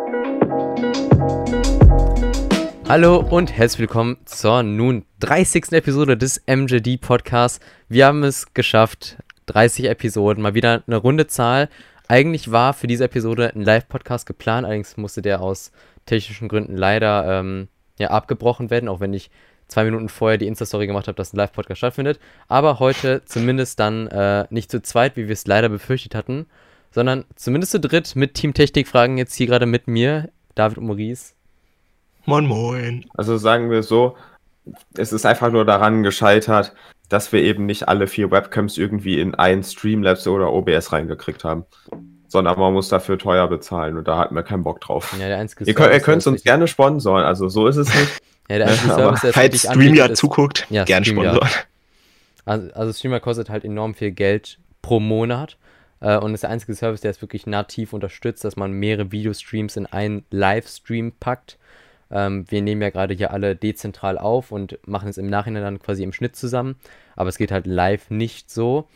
Hallo und herzlich willkommen zur nun 30. Episode des MJD Podcasts. Wir haben es geschafft, 30 Episoden, mal wieder eine runde Zahl. Eigentlich war für diese Episode ein Live-Podcast geplant, allerdings musste der aus technischen Gründen leider abgebrochen werden, auch wenn ich 2 Minuten vorher die Insta-Story gemacht habe, dass ein Live-Podcast stattfindet. Aber heute zumindest dann nicht zu zweit, wie wir es leider befürchtet hatten, sondern zumindest zu dritt mit Team Technik-Fragen jetzt hier gerade mit mir, David und Maurice. Moin moin. Also sagen wir so, es ist einfach nur daran gescheitert, dass wir eben nicht alle 4 Webcams irgendwie in ein Streamlabs oder OBS reingekriegt haben. Sondern man muss dafür teuer bezahlen und da hatten wir keinen Bock drauf. Ja, der einzige ihr könnt uns gerne sponsoren, also so ist es nicht. Ja, der einzige Service, der falls Streamer zuguckt, ja, gern sponsoren. Also Streamer kostet halt enorm viel Geld pro Monat und ist der einzige Service, der es wirklich nativ unterstützt, dass man mehrere Videostreams in einen Livestream packt. Wir nehmen ja gerade hier alle dezentral auf und machen es im Nachhinein dann quasi im Schnitt zusammen, aber es geht halt live nicht so.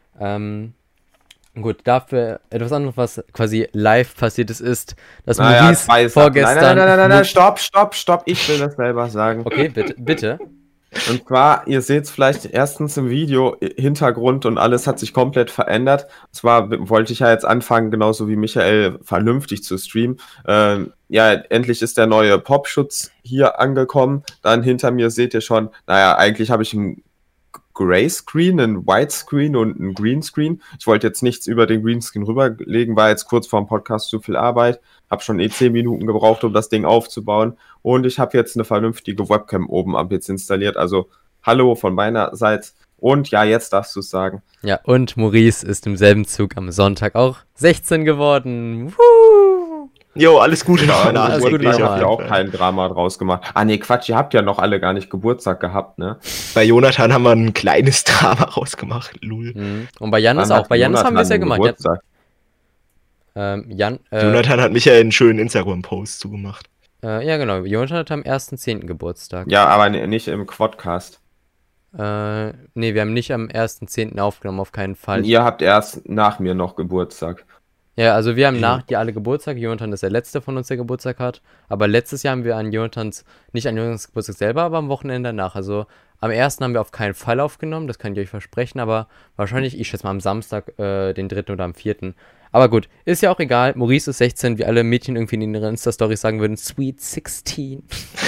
Gut, dafür etwas anderes, was quasi live passiert ist, dass Maurice vorgestern... Nein, stopp, ich will das selber sagen. Okay, bitte. Und zwar, ihr seht es vielleicht erstens im Video, Hintergrund und alles hat sich komplett verändert. Und zwar wollte ich ja jetzt anfangen, genauso wie Michael, vernünftig zu streamen. Endlich ist der neue Popschutz hier angekommen. Dann hinter mir seht ihr schon, eigentlich habe ich einen Grayscreen, einen Whitescreen und einen Greenscreen. Ich wollte jetzt nichts über den Greenscreen rüberlegen, war jetzt kurz vor dem Podcast zu viel Arbeit. Habe schon 10 Minuten gebraucht, um das Ding aufzubauen. Und ich habe jetzt eine vernünftige Webcam oben am PC installiert. Also hallo von meinerseits. Und ja, jetzt darfst du es sagen. Ja, und Maurice ist im selben Zug am Sonntag auch 16 geworden. Woo! Jo, alles Gute. Ja, alles Gute. Ich habe ja auch kein Drama draus gemacht. Nee, Quatsch, ihr habt ja noch alle gar nicht Geburtstag gehabt, ne? Bei Jonathan haben wir ein kleines Drama rausgemacht, lul. Und bei Janis auch. Bei Janis haben wir es ja gemacht. Jonathan hat mich ja einen schönen Instagram-Post zugemacht. Ja, genau. Jonathan hat am 1.10. Geburtstag. Ja, aber nicht im Quadcast. Wir haben nicht am 1.10. aufgenommen, auf keinen Fall. Und ihr habt erst nach mir noch Geburtstag. Ja, also wir haben nach dir alle Geburtstag. Jonathan ist der letzte von uns, der Geburtstag hat. Aber letztes Jahr haben wir nicht an Jonathans Geburtstag selber, aber am Wochenende danach. Also am 1. haben wir auf keinen Fall aufgenommen, das kann ich euch versprechen, aber wahrscheinlich, ich schätze mal am Samstag, den 3. oder am 4. Aber gut, ist ja auch egal. Maurice ist 16, wie alle Mädchen irgendwie in ihren Insta-Stories sagen würden, Sweet 16.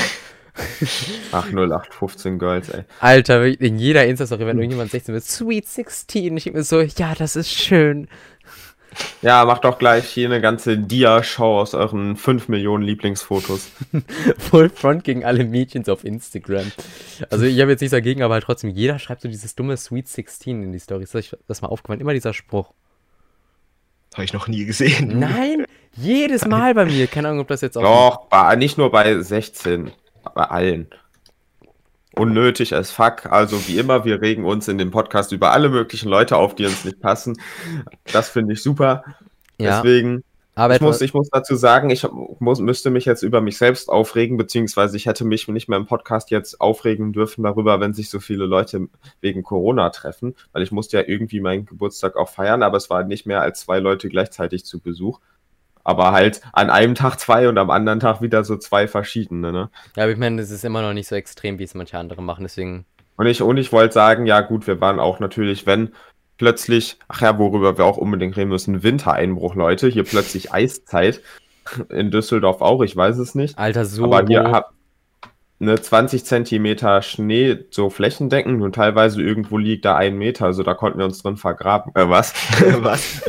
Ach, 0815 Girls, ey. Alter, in jeder Insta-Story, wenn irgendjemand 16 wird, Sweet 16. Ich denke mir so, ja, das ist schön. Ja, macht doch gleich hier eine ganze Dia-Show aus euren 5 Millionen Lieblingsfotos. Full Front gegen alle Mädchens auf Instagram. Also ich habe jetzt nichts dagegen, aber halt trotzdem, jeder schreibt so dieses dumme Sweet 16 in die Storys. Das ist mal aufgefallen, immer dieser Spruch. Habe ich noch nie gesehen. Nein, jedes Mal bei mir. Keine Ahnung, ob das jetzt auch... Doch, nicht nur bei 16, bei allen. Unnötig as fuck. Also wie immer, wir regen uns in dem Podcast über alle möglichen Leute auf, die uns nicht passen. Das finde ich super. Ja, deswegen, aber ich muss dazu sagen, müsste mich jetzt über mich selbst aufregen, beziehungsweise ich hätte mich nicht mehr im Podcast jetzt aufregen dürfen darüber, wenn sich so viele Leute wegen Corona treffen, weil ich musste ja irgendwie meinen Geburtstag auch feiern, aber es waren nicht mehr als 2 Leute gleichzeitig zu Besuch. Aber halt an einem Tag 2 und am anderen Tag wieder so 2 verschiedene, ne? Ja, aber ich meine, das ist immer noch nicht so extrem, wie es manche andere machen, deswegen... Und ich wollte sagen, ja gut, wir waren auch natürlich, wenn plötzlich, worüber wir auch unbedingt reden müssen, Wintereinbruch, Leute, hier plötzlich Eiszeit, in Düsseldorf auch, ich weiß es nicht. Alter, so... Aber hier habt eine 20 Zentimeter Schnee so flächendeckend und teilweise irgendwo liegt da 1 Meter, also da konnten wir uns drin vergraben. Was? Was?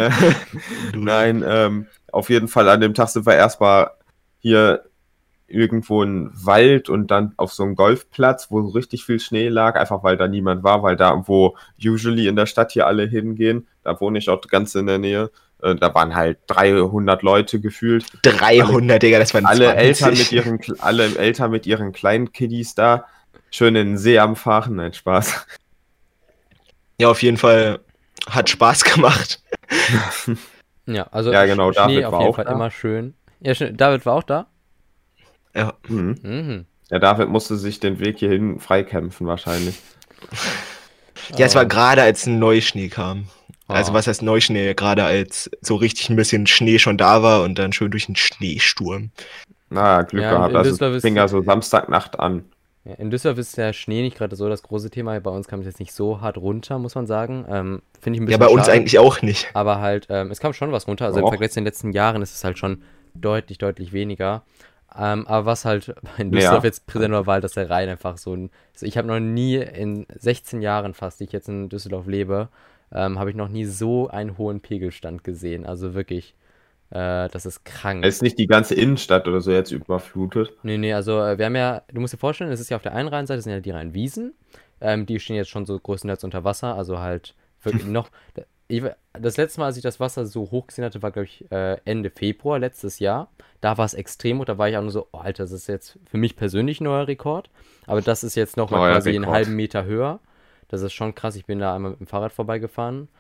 Nein, auf jeden Fall an dem Tag sind wir erstmal hier irgendwo in Wald und dann auf so einem Golfplatz, wo so richtig viel Schnee lag, einfach weil da niemand war, weil da, wo usually in der Stadt hier alle hingehen, da wohne ich auch ganz in der Nähe, da waren halt 300 Leute gefühlt. 300, Digga, das waren alle 20. Alle Eltern mit ihren kleinen Kiddies da, schön in den See am Fahren, nein, Spaß. Ja, auf jeden Fall hat Spaß gemacht. Ja, also ja, genau, Schnee David auf war jeden auch Fall da. Immer schön. Ja, David war auch da? Ja. Ja, David musste sich den Weg hierhin freikämpfen wahrscheinlich. Ja, es war gerade, als ein Neuschnee kam. Also was heißt Neuschnee? Gerade als so richtig ein bisschen Schnee schon da war und dann schön durch den Schneesturm. Na, Glück Ja, gehabt. in Also Düsseldorf es fing ja so Samstagnacht an. Ja, in Düsseldorf ist der Schnee nicht gerade so das große Thema. Bei uns kam es jetzt nicht so hart runter, muss man sagen. Finde ich ein Ja, bisschen bei uns schade. eigentlich auch nicht. Aber halt, es kam schon was runter. Also im Doch. Vergleich zu den letzten Jahren ist es halt schon deutlich, deutlich weniger. Aber was halt in Düsseldorf Ja. jetzt präsent war, war halt, dass der Rhein einfach so ein. Also ich habe noch nie in 16 Jahren fast, die ich jetzt in Düsseldorf lebe, habe ich noch nie so einen hohen Pegelstand gesehen. Also wirklich, das ist krank. Es ist nicht die ganze Innenstadt oder so jetzt überflutet. Nee, also wir haben ja, du musst dir vorstellen, es ist ja auf der einen Rheinseite, das sind ja die Rheinwiesen, die stehen jetzt schon so größtenteils unter Wasser, also halt wirklich noch, das letzte Mal, als ich das Wasser so hoch gesehen hatte, war glaube ich Ende Februar letztes Jahr, da war es extrem und da war ich auch nur so, oh Alter, das ist jetzt für mich persönlich ein neuer Rekord, aber das ist jetzt nochmal Neuer quasi einen Rekord. halben Meter höher, das ist schon krass, ich bin da einmal mit dem Fahrrad vorbeigefahren,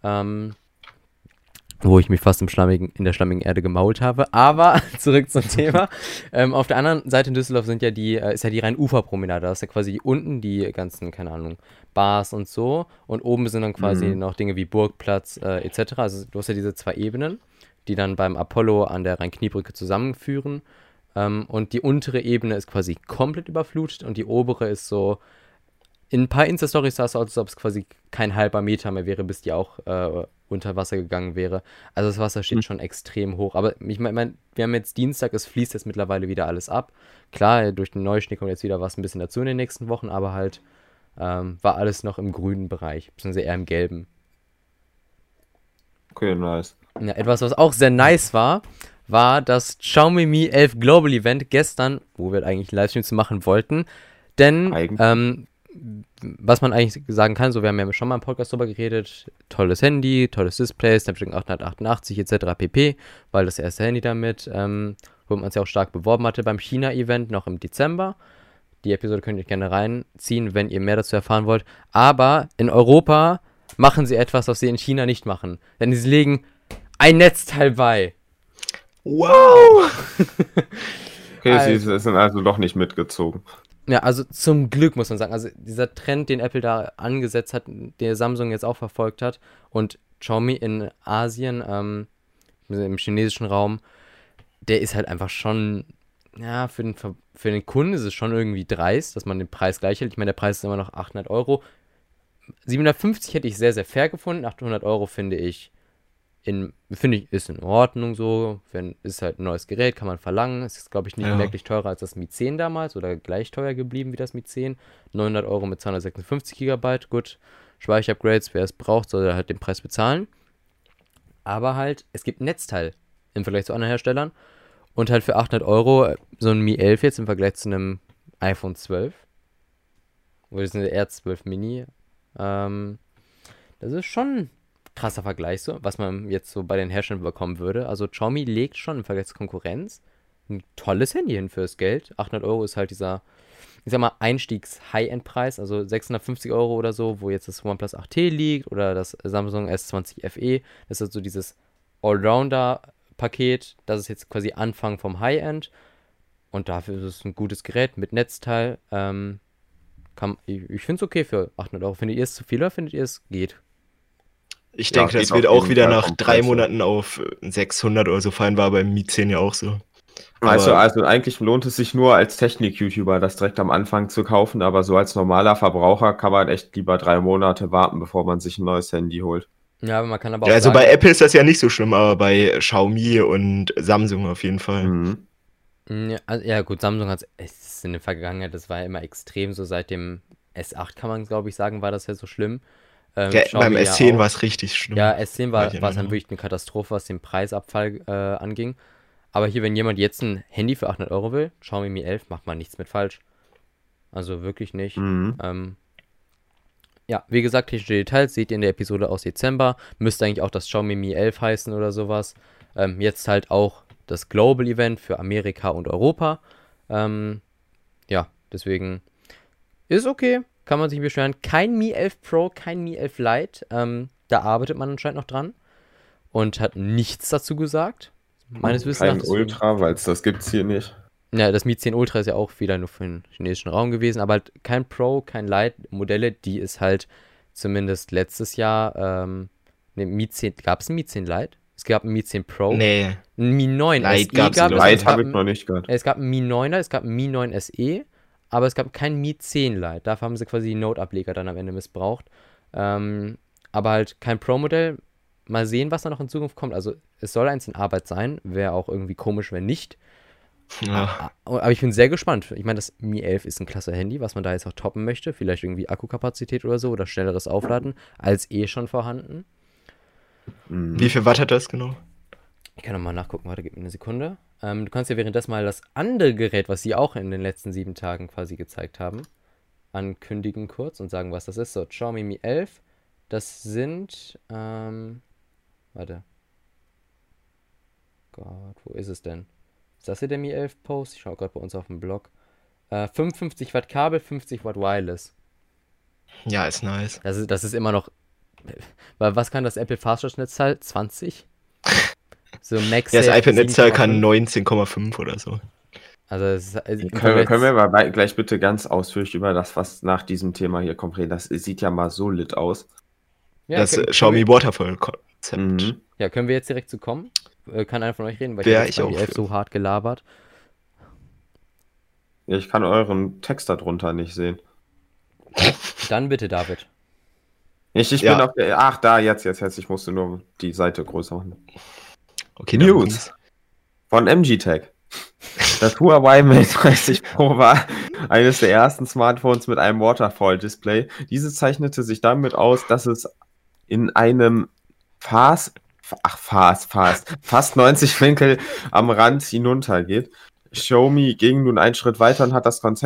wo ich mich fast in der schlammigen Erde gemault habe. Aber zurück zum Thema. Auf der anderen Seite in Düsseldorf ist ja die Rhein-Ufer-Promenade. Da ist ja quasi unten die ganzen, keine Ahnung, Bars und so. Und oben sind dann quasi noch Dinge wie Burgplatz etc. Also du hast ja diese zwei Ebenen, die dann beim Apollo an der Rhein-Kniebrücke zusammenführen. Und die untere Ebene ist quasi komplett überflutet und die obere ist so. In ein paar Insta-Stories sah es aus, als ob es quasi kein halber Meter mehr wäre, bis die auch unter Wasser gegangen wäre. Also das Wasser steht schon extrem hoch. Aber ich meine, wir haben jetzt Dienstag, es fließt jetzt mittlerweile wieder alles ab. Klar, durch den Neuschnee kommt jetzt wieder was ein bisschen dazu in den nächsten Wochen, aber halt war alles noch im grünen Bereich, beziehungsweise eher im gelben. Okay, nice. Ja, etwas, was auch sehr nice war das Xiaomi Mi 11 Global Event gestern, wo wir eigentlich einen Livestream zu machen wollten. Denn was man eigentlich sagen kann, so wir haben ja schon mal im Podcast drüber geredet, tolles Handy, tolles Display, Snapdragon 888 etc. pp, weil das erste Handy damit, wo man es ja auch stark beworben hatte beim China-Event noch im Dezember. Die Episode könnt ihr gerne reinziehen, wenn ihr mehr dazu erfahren wollt. Aber in Europa machen sie etwas, was sie in China nicht machen. Denn sie legen ein Netzteil bei. Wow! Okay, sie sind also doch nicht mitgezogen. Ja, also zum Glück muss man sagen. Also dieser Trend, den Apple da angesetzt hat, der Samsung jetzt auch verfolgt hat und Xiaomi in Asien, im chinesischen Raum, der ist halt einfach schon, ja, für den Kunden ist es schon irgendwie dreist, dass man den Preis gleich hält. Ich meine, der Preis ist immer noch 800 Euro. 750 hätte ich sehr, sehr fair gefunden. 800 Euro finde ich ist in Ordnung so. Ist halt ein neues Gerät, kann man verlangen. Es ist, glaube ich, nicht merklich teurer als das Mi 10 damals oder gleich teuer geblieben wie das Mi 10. 900 Euro mit 256 GB. Gut, Speicherupgrades, wer es braucht, soll halt den Preis bezahlen. Aber halt, es gibt ein Netzteil im Vergleich zu anderen Herstellern. Und halt für 800 Euro so ein Mi 11 jetzt im Vergleich zu einem iPhone 12. Oder das ist eine R12 Mini. Das ist schon krasser Vergleich, so, was man jetzt so bei den Herstellern bekommen würde. Also Xiaomi legt schon im Vergleich zur Konkurrenz ein tolles Handy hin fürs Geld. 800 Euro ist halt dieser, ich sag mal, Einstiegs-High-End-Preis, also 650 Euro oder so, wo jetzt das OnePlus 8T liegt oder das Samsung S20 FE. Das ist so dieses Allrounder-Paket. Das ist jetzt quasi Anfang vom High-End. Und dafür ist es ein gutes Gerät mit Netzteil. Ich finde es okay für 800 Euro. Findet ihr es zu viel oder findet ihr es geht? Ich denke, das wird auch wieder nach 3 Monaten auf 600 oder so fallen, war beim Mi 10 ja auch so. Also eigentlich lohnt es sich nur als Technik-YouTuber, das direkt am Anfang zu kaufen, aber so als normaler Verbraucher kann man echt lieber 3 Monate warten, bevor man sich ein neues Handy holt. Ja, aber man kann aber auch Ja, also sagen, bei Apple ist das ja nicht so schlimm, aber bei Xiaomi und Samsung auf jeden Fall. Ja, gut, Samsung hat es in der Vergangenheit, das war ja immer extrem, so seit dem S8 kann man, glaube ich, sagen, war das ja so schlimm. Ja, beim S10 war es richtig schlimm. Ja, S10 war es dann wirklich eine Katastrophe, was den Preisabfall anging. Aber hier, wenn jemand jetzt ein Handy für 800 Euro will, Xiaomi Mi 11, macht man nichts mit falsch. Also wirklich nicht. Ja, wie gesagt, technische Details seht ihr in der Episode aus Dezember. Müsste eigentlich auch das Xiaomi Mi 11 heißen oder sowas. Jetzt halt auch das Global Event für Amerika und Europa. Ja, deswegen ist okay. Kann man sich nicht beschweren. Kein Mi 11 Pro, kein Mi 11 Lite. Da arbeitet man anscheinend noch dran. Und hat nichts dazu gesagt. Meines Wissens Kein nach. Ultra, weil das gibt's hier nicht. Ja, das Mi 10 Ultra ist ja auch wieder nur für den chinesischen Raum gewesen. Aber halt kein Pro, kein Lite Modelle, die es halt zumindest letztes Jahr, Mi 10, gab es ein Mi 10 Lite? Es gab ein Mi 10 Pro. Nee. Ein Mi 9 Lite SE gab's gab es. nicht. Lite habe ich noch nicht gehört. Es gab ein Mi 9er, es gab ein Mi 9 SE, aber es gab kein Mi 10 Lite. Dafür haben sie quasi die Note-Ableger dann am Ende missbraucht. Aber halt kein Pro-Modell. Mal sehen, was da noch in Zukunft kommt. Also es soll eins in Arbeit sein. Wäre auch irgendwie komisch, wenn nicht. Ja. Aber ich bin sehr gespannt. Ich meine, das Mi 11 ist ein klasse Handy, was man da jetzt auch toppen möchte. Vielleicht irgendwie Akkukapazität oder so oder schnelleres Aufladen als schon vorhanden. Wie viel Watt hat das genau? Ich kann nochmal nachgucken, warte, gib mir eine Sekunde. Du kannst ja währenddessen mal das andere Gerät, was sie auch in den letzten 7 Tagen quasi gezeigt haben, ankündigen kurz und sagen, was das ist. So, Xiaomi Mi 11, das sind, warte. Gott, wo ist es denn? Ist das hier der Mi 11 Post? Ich schaue gerade bei uns auf dem Blog. 55 Watt Kabel, 50 Watt Wireless. Ja, ist nice. Das ist immer noch, weil was kann das Apple Fast Charge Netzteil? 20? So Max. Ja, das iPad-Netzteil kann 19,5 oder so. Also können wir mal gleich bitte ganz ausführlich über das, was nach diesem Thema hier kommt, reden. Das sieht ja mal so lit aus. Ja, das Xiaomi Waterfall-Konzept. Mhm. Ja, können wir jetzt direkt zu kommen? Kann einer von euch reden, weil Ja, ich habe die 11 so hart gelabert. Ja, ich kann euren Text darunter nicht sehen. Dann bitte, David. Ich bin auf der. Ach, da, jetzt. Ich musste nur die Seite größer machen. Okay, News von MG Tech. Das Huawei Mate 30 Pro war eines der ersten Smartphones mit einem Waterfall-Display. Dieses zeichnete sich damit aus, dass es in einem fast 90 Winkel am Rand hinuntergeht. Xiaomi ging nun einen Schritt weiter und hat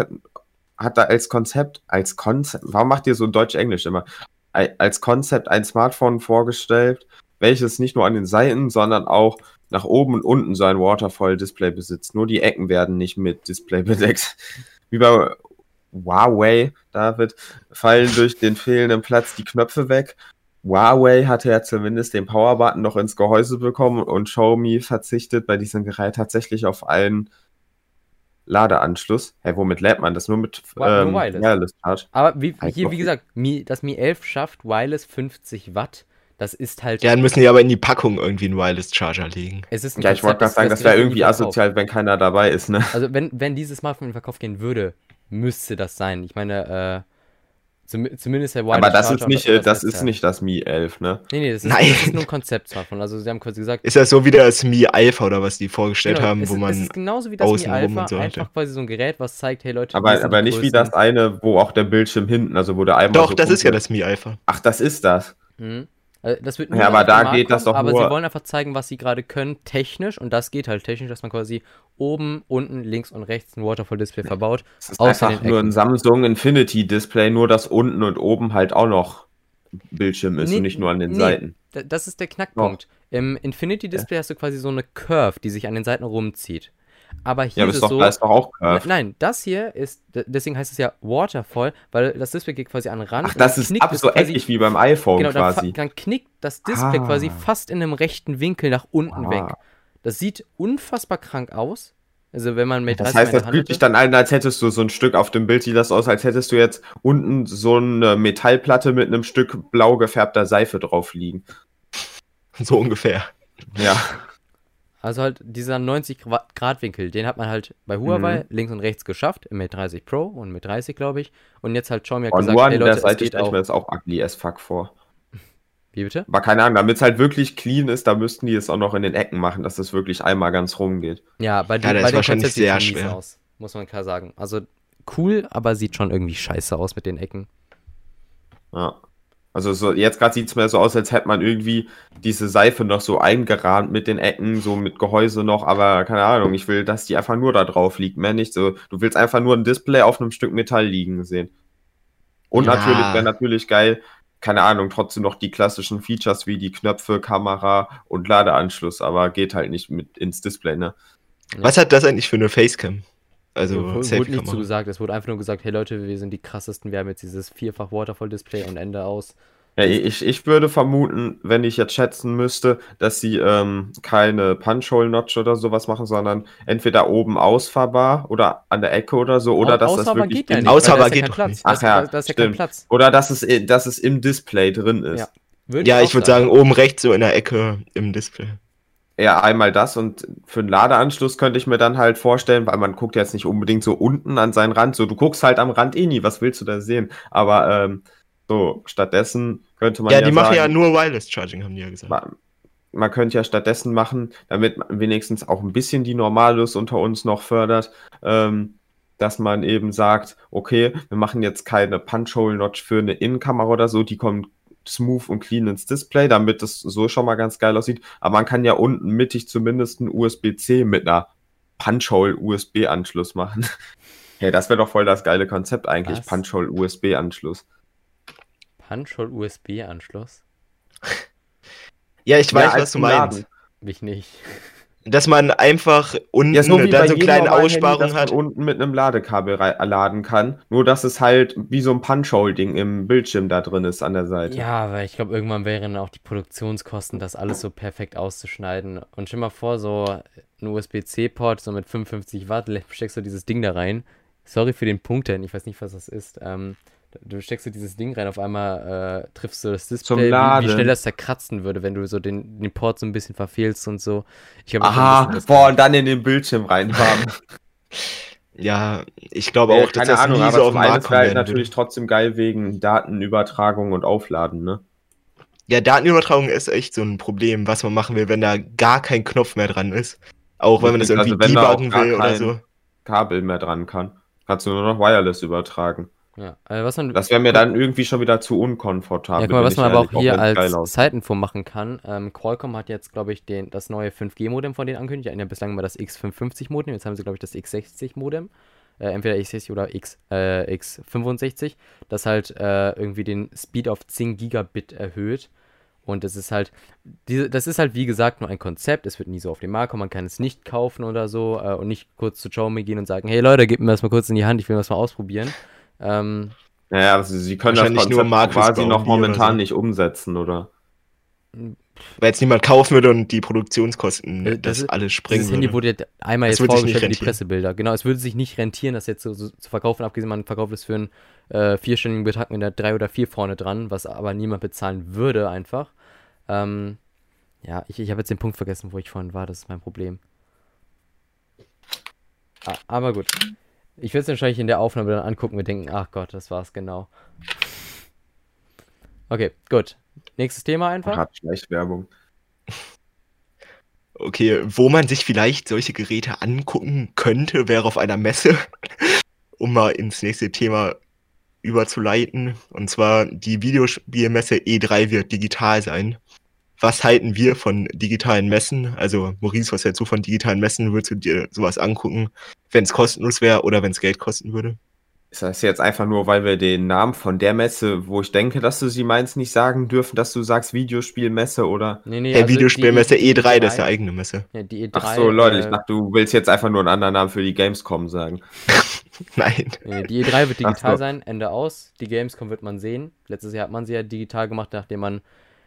als Konzept, warum macht ihr so Deutsch-Englisch immer? Als Konzept ein Smartphone vorgestellt, welches nicht nur an den Seiten, sondern auch nach oben und unten so ein Waterfall-Display besitzt. Nur die Ecken werden nicht mit Display bedeckt. Wie bei Huawei, David, fallen durch den fehlenden Platz die Knöpfe weg. Huawei hatte ja zumindest den Power-Button noch ins Gehäuse bekommen und Xiaomi verzichtet bei diesem Gerät tatsächlich auf einen Ladeanschluss. Hey, womit lädt man das? Nur mit Wireless Charge. Aber wie gesagt, das Mi 11 schafft Wireless 50 Watt. Das ist halt. Ja, dann müssen die aber in die Packung irgendwie einen Wireless Charger legen. Es ist ich wollte gerade sagen, das wäre irgendwie asozial, wenn keiner dabei ist, ne? Also wenn dieses Smartphone in den Verkauf gehen würde, müsste das sein. Ich meine, zumindest der Wireless aber das ist nicht das Mi 11, ne? Nee, das ist nur ein Konzept-Smartphone. Also sie haben quasi gesagt... Ist das so wie das Mi Alpha oder was die vorgestellt haben, wo man es ist genauso wie das Mi Alpha, so einfach quasi so ein Gerät, was zeigt, hey Leute... Aber nicht wie das eine, wo auch der Bildschirm hinten, also wo der einmal Doch, so das ist ja das Mi Alpha. Ach, das ist das. Mhm. Das wird aber da geht das doch aber nur... sie wollen einfach zeigen, was sie gerade können, technisch, und das geht halt technisch, dass man quasi oben, unten, links und rechts ein Waterfall-Display verbaut. Das ist einfach nur ein Samsung Infinity-Display, nur dass unten und oben halt auch noch Bildschirm ist und nicht nur an den Seiten. Das ist der Knackpunkt. Im Infinity-Display hast du quasi so eine Curve, die sich an den Seiten rumzieht. Aber hier ist es so... Da ist doch auch Curve. Nein, das hier ist, deswegen heißt es ja Waterfall, weil das Display geht quasi an den Rand. Ach, das ist so eckig wie beim iPhone quasi. Dann knickt das Display quasi fast in einem rechten Winkel nach unten weg. Das sieht unfassbar krank aus. Also wenn man mit das heißt, das fühlt sich dann an, als hättest du so ein Stück auf dem Bild, sieht das aus, als hättest du jetzt unten so eine Metallplatte mit einem Stück blau gefärbter Seife drauf liegen. So ungefähr. Ja. Also halt dieser 90-Grad-Winkel, den hat man halt bei Huawei links und rechts geschafft, im Mate 30 Pro und Mate 30, glaube ich. Und jetzt halt Xiaomi hat gesagt, hey Leute, es geht auch. Mir das auch ugly as fuck vor. Wie bitte? Aber keine Ahnung, damit es halt wirklich clean ist, da müssten die es auch noch in den Ecken machen, dass das wirklich einmal ganz rumgeht. Ja, bei das ist wahrscheinlich sehr schwer aus, muss man klar sagen. Also cool, aber sieht schon irgendwie scheiße aus mit den Ecken. Ja. Also so, jetzt gerade sieht es mir so aus, als hätte man irgendwie diese Seife noch so eingerahmt mit den Ecken, so mit Gehäuse noch, aber keine Ahnung, ich will, dass die einfach nur da drauf liegt, mehr nicht so. Du willst einfach nur ein Display auf einem Stück Metall liegen sehen. Und natürlich wäre natürlich geil, keine Ahnung, trotzdem noch die klassischen Features wie die Knöpfe, Kamera und Ladeanschluss, aber geht halt nicht mit ins Display, ne? Was hat das eigentlich für eine Facecam? Also wurde nicht so gesagt, es wurde einfach nur gesagt, hey Leute, wir sind die krassesten, wir haben jetzt dieses 4-fach Waterfall-Display und Ende aus. Ja, ich würde vermuten, wenn ich jetzt schätzen müsste, dass sie keine Punch-Hole-Notch oder sowas machen, sondern entweder oben ausfahrbar oder an der Ecke oder so, oder dass das wirklich... Geht ja nicht, ausfahrbar geht doch Platz. nicht. Ach ja, da ist ja kein Platz. Oder dass es im Display drin ist. Ja. Ja, ich würde sagen, oben rechts so in der Ecke im Display. Ja, einmal das und für einen Ladeanschluss könnte ich mir dann halt vorstellen, weil man guckt jetzt nicht unbedingt so unten an seinen Rand, so du guckst halt am Rand nie, was willst du da sehen? Aber so stattdessen könnte man ja die machen ja nur Wireless Charging, haben die ja gesagt. Man könnte ja stattdessen machen, damit man wenigstens auch ein bisschen die Normalos unter uns noch fördert, dass man eben sagt, okay, wir machen jetzt keine Punch-Hole-Notch für eine Innenkamera oder so, die kommen smooth und clean ins Display, damit es so schon mal ganz geil aussieht. Aber man kann ja unten mittig zumindest einen USB-C mit einer Punch-Hole-USB-Anschluss machen. Hey, das wäre doch voll das geile Konzept eigentlich, Punch-Hole-USB-Anschluss. Punch-Hole-USB-Anschluss? Ja, ich weiß, was du meinst. Mich nicht. Dass man einfach unten dann so eine kleine Aussparung hat. Unten mit einem Ladekabel laden kann. Nur, dass es halt wie so ein Punch-Hole-Ding im Bildschirm da drin ist an der Seite. Ja, weil ich glaube, irgendwann wären auch die Produktionskosten, das alles so perfekt auszuschneiden. Und stell mal vor, so ein USB-C-Port, so mit 55 Watt, steckst du dieses Ding da rein. Sorry für den Punkt, denn ich weiß nicht, was das ist. Du steckst du dieses Ding rein, auf einmal triffst du das Display, wie schnell das zerkratzen würde, wenn du so den Port so ein bisschen verfehlst und so. Und dann in den Bildschirm reinfahren. Ja, ich glaube auch, dass das nie so auf den Markt kommt. Natürlich trotzdem geil wegen Datenübertragung und Aufladen, ne? Ja, Datenübertragung ist echt so ein Problem, was man machen will, wenn da gar kein Knopf mehr dran ist. Auch wenn man das irgendwie debuggen will oder so. Kabel mehr dran kann. Kannst du nur noch Wireless übertragen. Ja, das wäre mir dann irgendwie schon wieder zu unkomfortabel. Ja, guck mal, was man aber auch hier als Side-Info machen kann. Qualcomm hat jetzt, glaube ich, das neue 5G-Modem von denen angekündigt. Die hatten ja bislang immer das X550-Modem. Jetzt haben sie, glaube ich, das X60-Modem. Entweder X60 oder X65. Das halt irgendwie den Speed auf 10 Gigabit erhöht. Und das ist halt, wie gesagt, nur ein Konzept. Es wird nie so auf den Markt kommen. Man kann es nicht kaufen oder so. Und nicht kurz zu Xiaomi gehen und sagen, hey Leute, gebt mir das mal kurz in die Hand. Ich will das mal ausprobieren. Naja, also sie können das Konzept quasi noch momentan nicht umsetzen, oder? Weil jetzt niemand kaufen würde und die Produktionskosten das alles springen. Das Handy wurde einmal jetzt vorgestellt in die Pressebilder. Genau, es würde sich nicht rentieren, das jetzt so zu verkaufen. Abgesehen, man verkauft es für einen vierstelligen Betrag mit der 3 oder 4 vorne dran, was aber niemand bezahlen würde einfach. Ja, ich habe jetzt den Punkt vergessen, wo ich vorhin war. Das ist mein Problem. Aber gut. Ich werde es wahrscheinlich in der Aufnahme dann angucken und denken, ach Gott, das war's genau. Okay, gut. Nächstes Thema einfach. Hat schlecht Werbung. Okay, wo man sich vielleicht solche Geräte angucken könnte, wäre auf einer Messe, um mal ins nächste Thema überzuleiten. Und zwar die Videospielmesse E3 wird digital sein. Was halten wir von digitalen Messen? Also Maurice, was hältst du von digitalen Messen? Würdest du dir sowas angucken, wenn es kostenlos wäre oder wenn es Geld kosten würde? Ist das jetzt einfach nur, weil wir den Namen von der Messe, wo ich denke, dass du sie meinst, nicht sagen dürfen, dass du sagst Videospielmesse oder? Nee, also Videospielmesse E3, das ist eine eigene Messe. Ja, die E3, ach so, Leute, ich dachte, du willst jetzt einfach nur einen anderen Namen für die Gamescom sagen. Nein. Nee, die E3 wird digital sein, Ende aus. Die Gamescom wird man sehen. Letztes Jahr hat man sie ja digital gemacht, nachdem man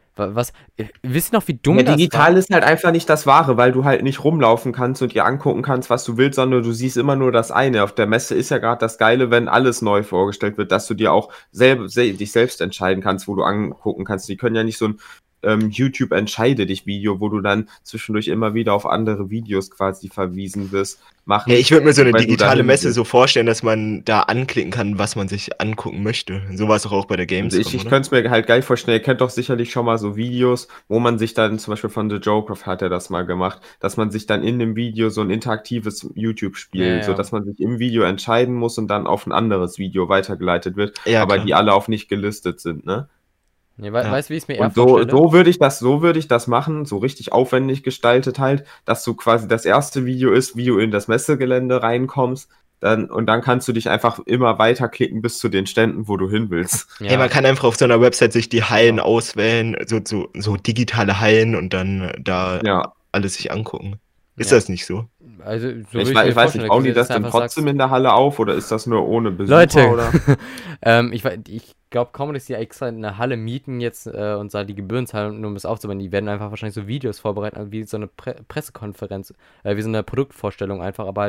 wisst ihr noch, wie dumm das war? Digital ist halt einfach nicht das Wahre, weil du halt nicht rumlaufen kannst und dir angucken kannst, was du willst, sondern du siehst immer nur das eine. Auf der Messe ist ja gerade das Geile, wenn alles neu vorgestellt wird, dass du dir auch dich selbst entscheiden kannst, wo du angucken kannst. Die können ja nicht so ein YouTube entscheide dich Video, wo du dann zwischendurch immer wieder auf andere Videos quasi verwiesen wirst, machen. Ja, ich würde mir so eine digitale Messe so vorstellen, dass man da anklicken kann, was man sich angucken möchte. So war es doch auch bei der Gamescom. Ich könnte es mir halt geil vorstellen. Ihr kennt doch sicherlich schon mal so Videos, wo man sich dann, zum Beispiel von The Joker hat er das mal gemacht, dass man sich dann in dem Video so ein interaktives YouTube-Spiel, so dass man sich im Video entscheiden muss und dann auf ein anderes Video weitergeleitet wird, aber klar, die alle auf nicht gelistet sind, ne? Nee, weißt du, wie ich es mir eher vorstelle? So würde ich das machen, so richtig aufwendig gestaltet halt, dass du quasi das erste Video ist, wie du in das Messegelände reinkommst, und dann kannst du dich einfach immer weiterklicken bis zu den Ständen, wo du hin willst. Ja, man kann einfach auf so einer Website sich die Hallen auswählen, so digitale Hallen und dann da alles sich angucken. Ist das nicht so? Also, so ich weiß nicht, bauen die das denn trotzdem in der Halle auf oder ist das nur ohne Besucher? Leute, oder? Ich glaube kaum, dass die extra eine Halle mieten jetzt und die Gebühren zahlen, nur um es aufzubauen. Die werden einfach wahrscheinlich so Videos vorbereiten, wie so eine Pressekonferenz, wie so eine Produktvorstellung einfach, aber halt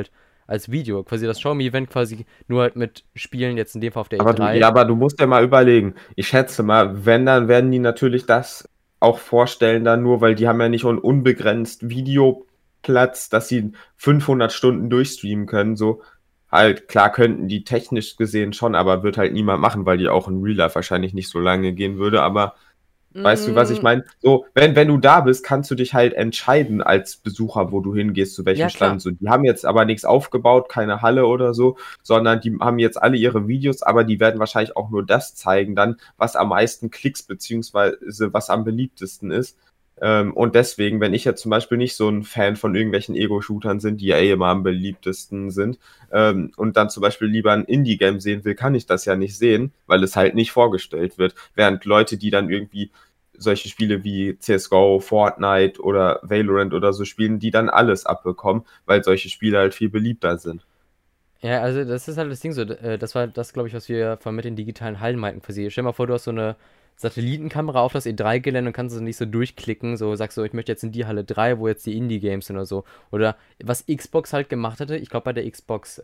als Video. Quasi das Xiaomi-Event quasi nur halt mit Spielen, jetzt in dem Fall auf der Aber E3. aber du musst ja mal überlegen. Ich schätze mal, wenn, dann werden die natürlich das auch vorstellen, dann nur, weil die haben ja nicht unbegrenzt Videoplatz, dass sie 500 Stunden durchstreamen können. So halt, klar könnten die technisch gesehen schon, aber wird halt niemand machen, weil die auch in Real Life wahrscheinlich nicht so lange gehen würde. Aber weißt du, was ich meine? So, wenn du da bist, kannst du dich halt entscheiden als Besucher, wo du hingehst, zu welchem Ja, klar. Stand. So, die haben jetzt aber nichts aufgebaut, keine Halle oder so, sondern die haben jetzt alle ihre Videos, aber die werden wahrscheinlich auch nur das zeigen dann, was am meisten Klicks beziehungsweise was am beliebtesten ist. Und deswegen, wenn ich jetzt zum Beispiel nicht so ein Fan von irgendwelchen Ego-Shootern sind, die ja immer am beliebtesten sind, und dann zum Beispiel lieber ein Indie-Game sehen will, kann ich das ja nicht sehen, weil es halt nicht vorgestellt wird. Während Leute, die dann irgendwie solche Spiele wie CSGO, Fortnite oder Valorant oder so spielen, die dann alles abbekommen, weil solche Spiele halt viel beliebter sind. Ja, also das ist halt das Ding so, das war das, glaube ich, was wir von mit den digitalen Hallen meinten quasi. Stell dir mal vor, du hast so eine Satellitenkamera auf das E3-Gelände und kannst es nicht so durchklicken, so sagst du, ich möchte jetzt in die Halle 3, wo jetzt die Indie-Games sind oder so. Oder was Xbox halt gemacht hatte, ich glaube bei der Xbox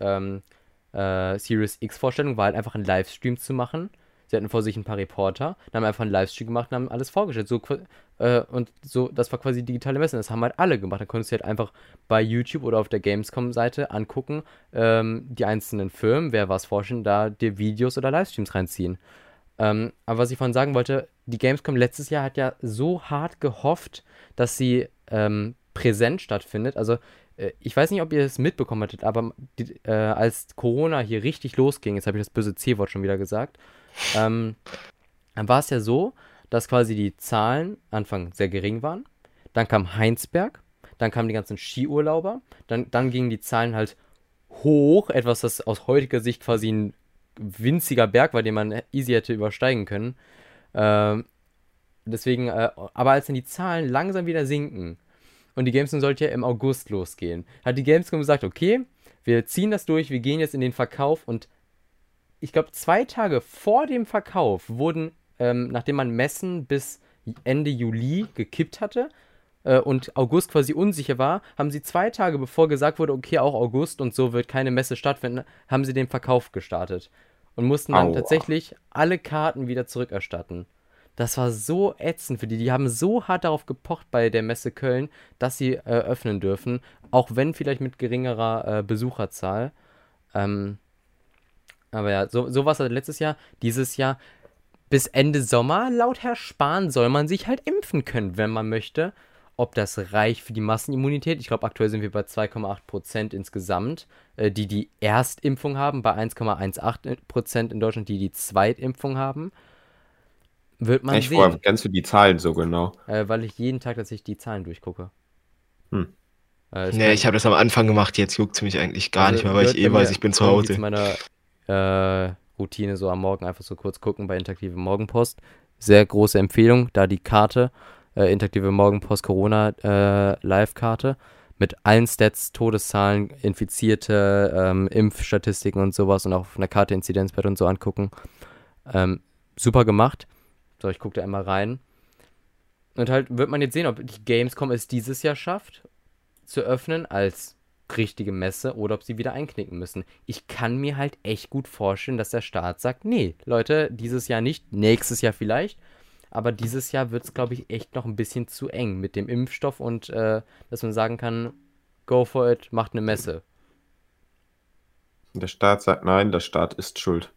Series X-Vorstellung war halt einfach einen Livestream zu machen. Sie hatten vor sich ein paar Reporter, dann haben einfach einen Livestream gemacht und haben alles vorgestellt. Und so, das war quasi digitale Messe. Das haben halt alle gemacht. Dann konntest du halt einfach bei YouTube oder auf der Gamescom-Seite angucken, die einzelnen Firmen, wer was vorstellen, da dir Videos oder Livestreams reinziehen. Aber was ich vorhin sagen wollte, die Gamescom letztes Jahr hat ja so hart gehofft, dass sie präsent stattfindet. Also ich weiß nicht, ob ihr es mitbekommen hattet, aber als Corona hier richtig losging, jetzt habe ich das böse C-Wort schon wieder gesagt, dann war es ja so, dass quasi die Zahlen Anfang sehr gering waren. Dann kam Heinsberg, dann kamen die ganzen Skiurlauber, dann gingen die Zahlen halt hoch, etwas, das aus heutiger Sicht quasi ein winziger Berg war, den man easy hätte übersteigen können. Deswegen, aber als dann die Zahlen langsam wieder sinken und die Gamescom sollte ja im August losgehen, hat die Gamescom gesagt, okay, wir ziehen das durch, wir gehen jetzt in den Verkauf und ich glaube 2 Tage vor dem Verkauf wurden, nachdem man Messen bis Ende Juli gekippt hatte und August quasi unsicher war, haben sie 2 Tage bevor gesagt wurde, okay, auch August und so wird keine Messe stattfinden, haben sie den Verkauf gestartet und mussten dann tatsächlich alle Karten wieder zurückerstatten. Das war so ätzend für die. Die haben so hart darauf gepocht bei der Messe Köln, dass sie öffnen dürfen, auch wenn vielleicht mit geringerer Besucherzahl. Aber ja, so war es halt letztes Jahr. Dieses Jahr bis Ende Sommer, laut Herr Spahn, soll man sich halt impfen können, wenn man möchte. Ob das reicht für die Massenimmunität? Ich glaube, aktuell sind wir bei 2,8% insgesamt, die Erstimpfung haben, bei 1,18% in Deutschland, die Zweitimpfung haben. Wird man sehen. Woher kennst du die Zahlen so genau? Weil ich jeden Tag tatsächlich die Zahlen durchgucke. Nee, ich habe das am Anfang gemacht, jetzt juckt es mich eigentlich gar nicht mehr, weil ich weiß, ich bin zu Hause. Zu meiner Routine so am Morgen einfach so kurz gucken bei Interaktive Morgenpost. Sehr große Empfehlung, da die Karte, Interaktive Morgenpost Corona Live-Karte mit allen Stats, Todeszahlen, Infizierte, Impfstatistiken und sowas und auch auf einer Karte Inzidenzwert und so angucken. Super gemacht. So, ich gucke da immer rein. Und halt wird man jetzt sehen, ob die Gamescom es dieses Jahr schafft, zu öffnen als richtige Messe oder ob sie wieder einknicken müssen. Ich kann mir halt echt gut vorstellen, dass der Staat sagt, nee, Leute, dieses Jahr nicht, nächstes Jahr vielleicht, aber dieses Jahr wird es, glaube ich, echt noch ein bisschen zu eng mit dem Impfstoff und dass man sagen kann, go for it, macht eine Messe. Der Staat sagt nein, der Staat ist schuld.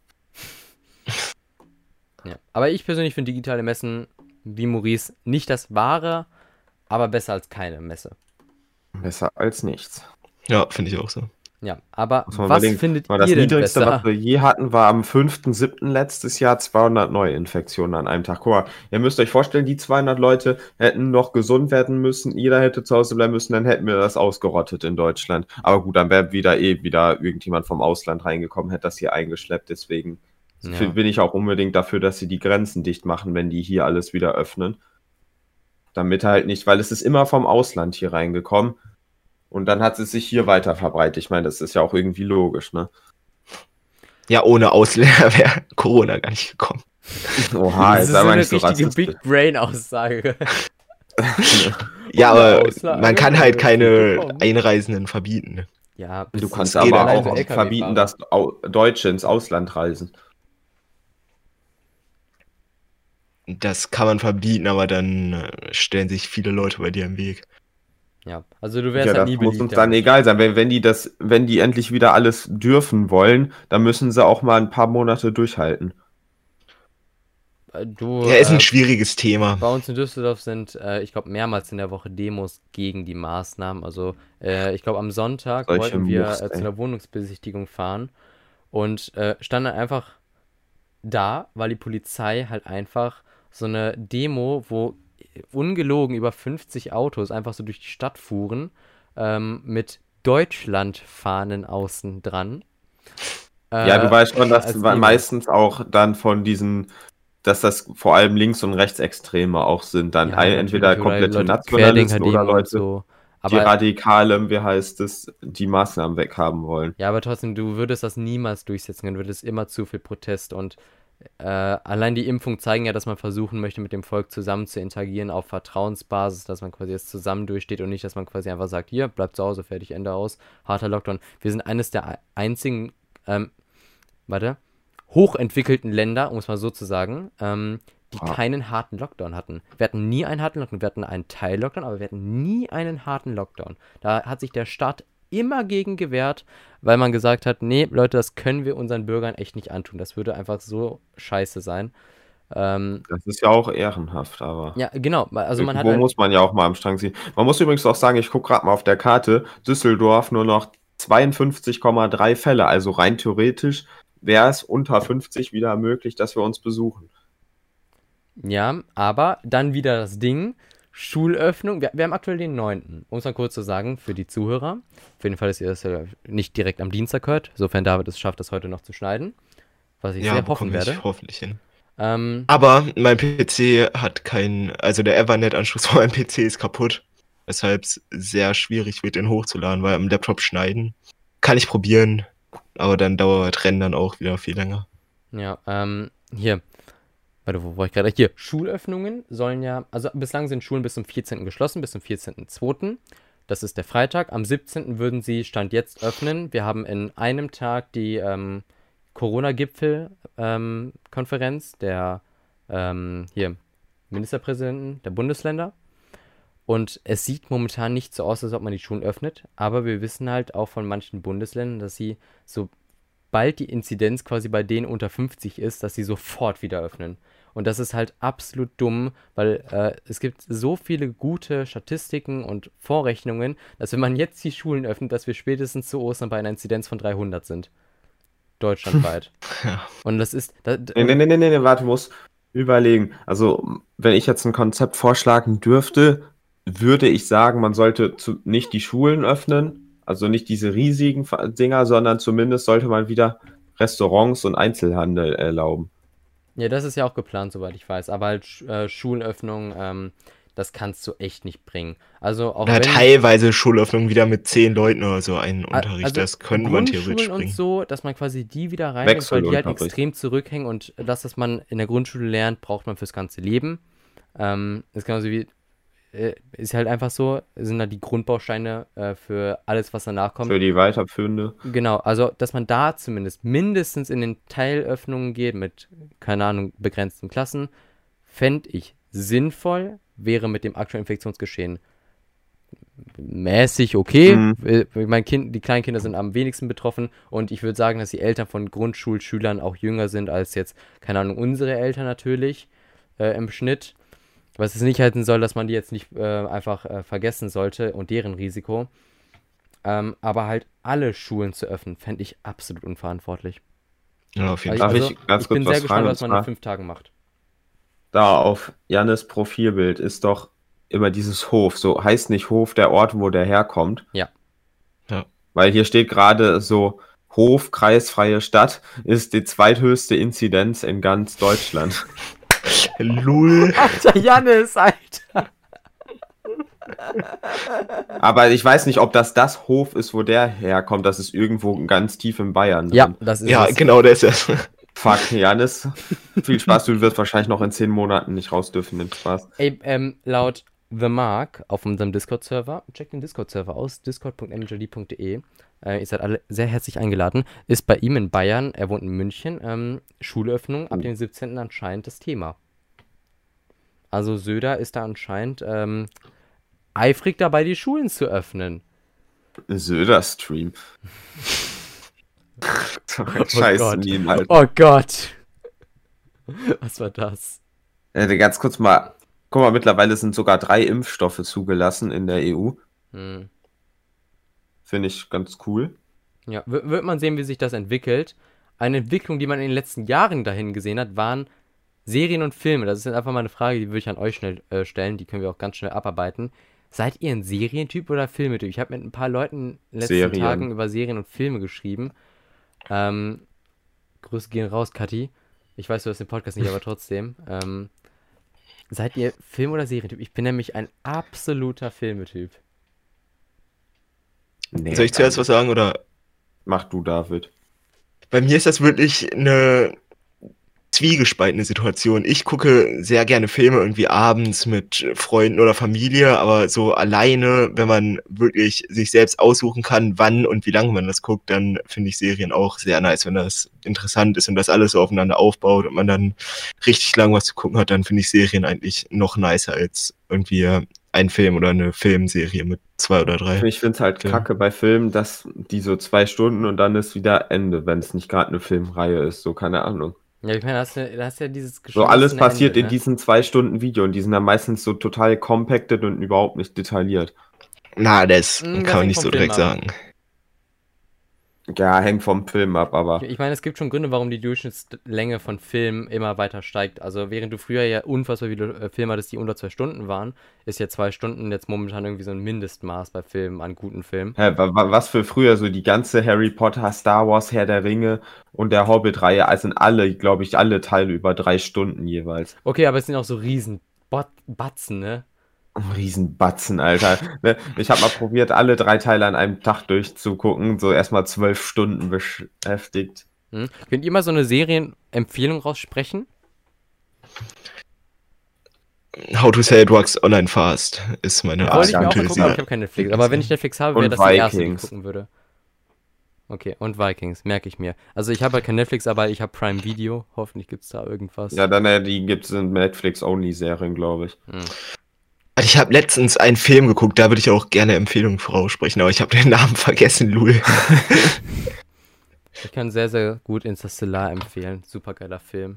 Ja. Aber ich persönlich finde digitale Messen, wie Maurice, nicht das Wahre, aber besser als keine Messe. Besser als nichts. Ja, finde ich auch so. Ja, aber was findet ihr denn Niedrigste, besser? was wir je hatten, war am 5.7. letztes Jahr 200 Neuinfektionen an einem Tag. Guck mal, ihr müsst euch vorstellen, die 200 Leute hätten noch gesund werden müssen, jeder hätte zu Hause bleiben müssen, dann hätten wir das ausgerottet in Deutschland. Aber gut, dann wäre wieder irgendjemand vom Ausland reingekommen, hätte das hier eingeschleppt, deswegen bin ich auch unbedingt dafür, dass sie die Grenzen dicht machen, wenn die hier alles wieder öffnen. Damit halt nicht, weil es ist immer vom Ausland hier reingekommen und dann hat es sich hier weiter verbreitet. Ich meine, das ist ja auch irgendwie logisch, ne? Ja, ohne Ausländer wäre Corona gar nicht gekommen. Oha, das ist so eine richtige Big Brain-Aussage. Ja, aber man kann halt keine Einreisenden verbieten. Ja, Du das kannst das geht aber allein auch so verbieten, dass Deutsche ins Ausland reisen. Das kann man verbieten, aber dann stellen sich viele Leute bei dir im Weg. Ja, also du wärst Ja, halt das nie muss beliebt uns dann damit. egal sein. Wenn die endlich wieder alles dürfen wollen, dann müssen sie auch mal ein paar Monate durchhalten. Du, Ja, ist ein schwieriges Thema. bei uns in Düsseldorf sind, ich glaube, mehrmals in der Woche Demos gegen die Maßnahmen. Also, ich glaube, am Sonntag Solche wollten wir Muffs, zu ey. einer Wohnungsbesichtigung fahren und standen dann einfach da, weil die Polizei halt einfach so eine Demo, wo ungelogen über 50 Autos einfach so durch die Stadt fuhren, mit Deutschlandfahnen außen dran. Ja, du weißt schon, dass als Demo. meistens auch dann von diesen, dass das vor allem Links- und Rechtsextreme auch sind. Dann Ja, entweder natürlich, oder komplette Leute, Nationalisten oder Querdenker-Demo und Leute, so. die Aber Radikale, wie heißt es, die Maßnahmen weghaben wollen. ja, aber trotzdem, du würdest das niemals durchsetzen können, würdest immer zu viel Protest und allein die Impfungen zeigen ja, dass man versuchen möchte, mit dem Volk zusammen zu interagieren auf Vertrauensbasis, dass man quasi jetzt zusammen durchsteht und nicht, dass man quasi einfach sagt, hier, bleibt zu Hause, fertig, Ende aus, harter Lockdown. Wir sind eines der einzigen, hochentwickelten Länder, um es mal so zu sagen, die keinen harten Lockdown hatten. Wir hatten nie einen harten Lockdown, wir hatten einen Teil-Lockdown, aber wir hatten nie einen harten Lockdown. Da hat sich der Staat immer gegen gewehrt, weil man gesagt hat, nee, Leute, das können wir unseren Bürgern echt nicht antun. Das würde einfach so scheiße sein. Das ist ja auch ehrenhaft, aber Ja, genau. Also man hat irgendwo halt, muss man ja auch mal am Strang ziehen. Man muss übrigens auch sagen, ich gucke gerade mal auf der Karte, Düsseldorf nur noch 52,3 Fälle. Also rein theoretisch wäre es unter 50 wieder möglich, dass wir uns besuchen. ja, aber dann wieder das Ding, Schulöffnung. Wir haben aktuell den 9. Um es mal kurz zu sagen, für die Zuhörer. Für den Fall, dass ihr das ja nicht direkt am Dienstag hört, sofern David es schafft, das heute noch zu schneiden. Was ich Ja, sehr hoffen bekomme ich werde. hoffentlich hin. Ähm, Aber mein PC hat also der Ethernet-Anschluss von meinem PC ist kaputt. Weshalb es sehr schwierig wird, den hochzuladen, weil am Laptop schneiden kann ich probieren, aber dann dauert Rendern auch wieder viel länger. ja, hier. Warte, wo war ich gerade? Hier, Schulöffnungen sollen ja, also bislang sind Schulen bis zum 14. geschlossen, bis zum 14.02. Das ist der Freitag. Am 17. würden sie Stand jetzt öffnen. Wir haben in einem Tag die Corona-Gipfel-Konferenz der hier Ministerpräsidenten der Bundesländer. Und es sieht momentan nicht so aus, als ob man die Schulen öffnet. Aber wir wissen halt auch von manchen Bundesländern, dass sie, sobald die Inzidenz quasi bei denen unter 50 ist, dass sie sofort wieder öffnen. Und das ist halt absolut dumm, weil es gibt so viele gute Statistiken und Vorrechnungen, dass wenn man jetzt die Schulen öffnet, dass wir spätestens zu Ostern bei einer Inzidenz von 300 sind. Deutschlandweit. Ja. Und das ist... Nee, warte, muss überlegen. Also, wenn ich jetzt ein Konzept vorschlagen dürfte, würde ich sagen, man sollte nicht die Schulen öffnen, also nicht diese riesigen Dinger, sondern zumindest sollte man wieder Restaurants und Einzelhandel erlauben. Ja, das ist ja auch geplant, soweit ich weiß. Aber halt Schulöffnung, das kannst du echt nicht bringen. Also auch Oder wenn... teilweise Schulöffnung wieder mit 10 Leuten oder so einen Unterricht, Also das könnte man theoretisch Grundschulen und bringen. so, dass man quasi die wieder reinbringt, weil die halt Wechselunterricht. extrem zurückhängen und das, was man in der Grundschule lernt, braucht man fürs ganze Leben. Ist genauso wie, ist halt einfach so, sind da die Grundbausteine für alles, was danach kommt. Für die weiterführende. Genau, also, dass man da zumindest mindestens in den Teilöffnungen geht mit, keine Ahnung, begrenzten Klassen, fände ich sinnvoll, wäre mit dem aktuellen Infektionsgeschehen mäßig okay. Mhm. Die kleinen Kinder sind am wenigsten betroffen und ich würde sagen, dass die Eltern von Grundschulschülern auch jünger sind als jetzt, keine Ahnung, unsere Eltern natürlich im Schnitt. Was es nicht heißen soll, dass man die jetzt nicht einfach vergessen sollte und deren Risiko. Aber halt alle Schulen zu öffnen, fände ich absolut unverantwortlich. Ja, auf jeden Also, Fall. Darf ich ganz ich bin kurz sehr was fragen? gespannt, Und was man zwar, in 5 Tagen macht. da auf Jannes Profilbild ist doch immer dieses Hof. So heißt nicht Hof der Ort, wo der herkommt. Ja. Ja. Weil hier steht gerade so, Hof, kreisfreie Stadt, ist die zweithöchste Inzidenz in ganz Deutschland. Lul. Alter, Jannis, Alter. Aber ich weiß nicht, ob das Hof ist, wo der herkommt. Das ist irgendwo ganz tief in Bayern. Ja, drin. das ist Ja, es. genau, das ist es. Fuck, Janis. Viel Spaß, du wirst wahrscheinlich noch in 10 Monaten nicht raus dürfen. Nimmt Spaß. Ey, laut The Mark auf unserem Discord-Server, check den Discord-Server aus, discord.mjd.de, ihr seid alle sehr herzlich eingeladen, ist bei ihm in Bayern, er wohnt in München, Schulöffnung ab dem 17. anscheinend das Thema. Also Söder ist da anscheinend eifrig dabei, die Schulen zu öffnen. Söder-Stream. Scheiß Gott. Meme, Alter. Oh Gott. Was war das? Ganz kurz mal, guck mal, mittlerweile sind sogar 3 Impfstoffe zugelassen in der EU. Finde ich ganz cool. Ja, wird man sehen, wie sich das entwickelt. Eine Entwicklung, die man in den letzten Jahren dahin gesehen hat, waren Serien und Filme. Das ist jetzt einfach mal eine Frage, die würde ich an euch schnell stellen. Die können wir auch ganz schnell abarbeiten. Seid ihr ein Serientyp oder Filmetyp? Ich habe mit ein paar Leuten in den letzten Tagen über Serien und Filme geschrieben. Grüße gehen raus, Kathi. Ich weiß, du hast den Podcast nicht, aber trotzdem. Seid ihr Film- oder Serientyp? Ich bin nämlich ein absoluter Filmetyp. Nee, soll ich zuerst was sagen, oder? Mach du, David. Bei mir ist das wirklich eine zwiegespaltene Situation. Ich gucke sehr gerne Filme irgendwie abends mit Freunden oder Familie, aber so alleine, wenn man wirklich sich selbst aussuchen kann, wann und wie lange man das guckt, dann finde ich Serien auch sehr nice, wenn das interessant ist und das alles so aufeinander aufbaut und man dann richtig lang was zu gucken hat, dann finde ich Serien eigentlich noch nicer als irgendwie ein Film oder eine Filmserie mit 2 oder 3. Ich finde es halt kacke bei Filmen, dass die so 2 Stunden und dann ist wieder Ende, wenn es nicht gerade eine Filmreihe ist, so keine Ahnung. Ja, ich meine, da hast ja dieses so alles passiert Ende, in diesen 2 Stunden Video und die sind dann meistens so total compacted und überhaupt nicht detailliert. Na, das kann man nicht so direkt sagen. Ja, hängt vom Film ab, aber... Ich meine, es gibt schon Gründe, warum die Durchschnittslänge von Filmen immer weiter steigt. Also während du früher ja unfassbar viele Filme hattest, die unter 2 Stunden waren, ist ja 2 Stunden jetzt momentan irgendwie so ein Mindestmaß bei Filmen, an guten Filmen. Was für früher, so die ganze Harry Potter, Star Wars, Herr der Ringe und der Hobbit-Reihe, also sind alle, glaube ich, alle Teile über 3 Stunden jeweils. Okay, aber es sind auch so riesen Batzen, ne? Riesenbatzen, Alter. Ich habe mal probiert, alle 3 Teile an einem Tag durchzugucken, so erstmal 12 Stunden beschäftigt. Könnt ihr mal so eine Serienempfehlung raussprechen? How to Sell Drugs Online Fast ist meine Wollte ich mir auch mal gucken, aber ich habe kein Netflix. Aber wenn ich Netflix habe, wäre das die erste, die ich gucken würde. Okay, und Vikings, merke ich mir. Also ich habe halt kein Netflix, aber ich habe Prime Video. Hoffentlich gibt es da irgendwas. Ja, dann die gibt es in Netflix-Only-Serien, glaube ich. Ich habe letztens einen Film geguckt, da würde ich auch gerne Empfehlungen voraussprechen, aber ich habe den Namen vergessen, Lul. Ich kann sehr, sehr gut Interstellar empfehlen. Supergeiler Film.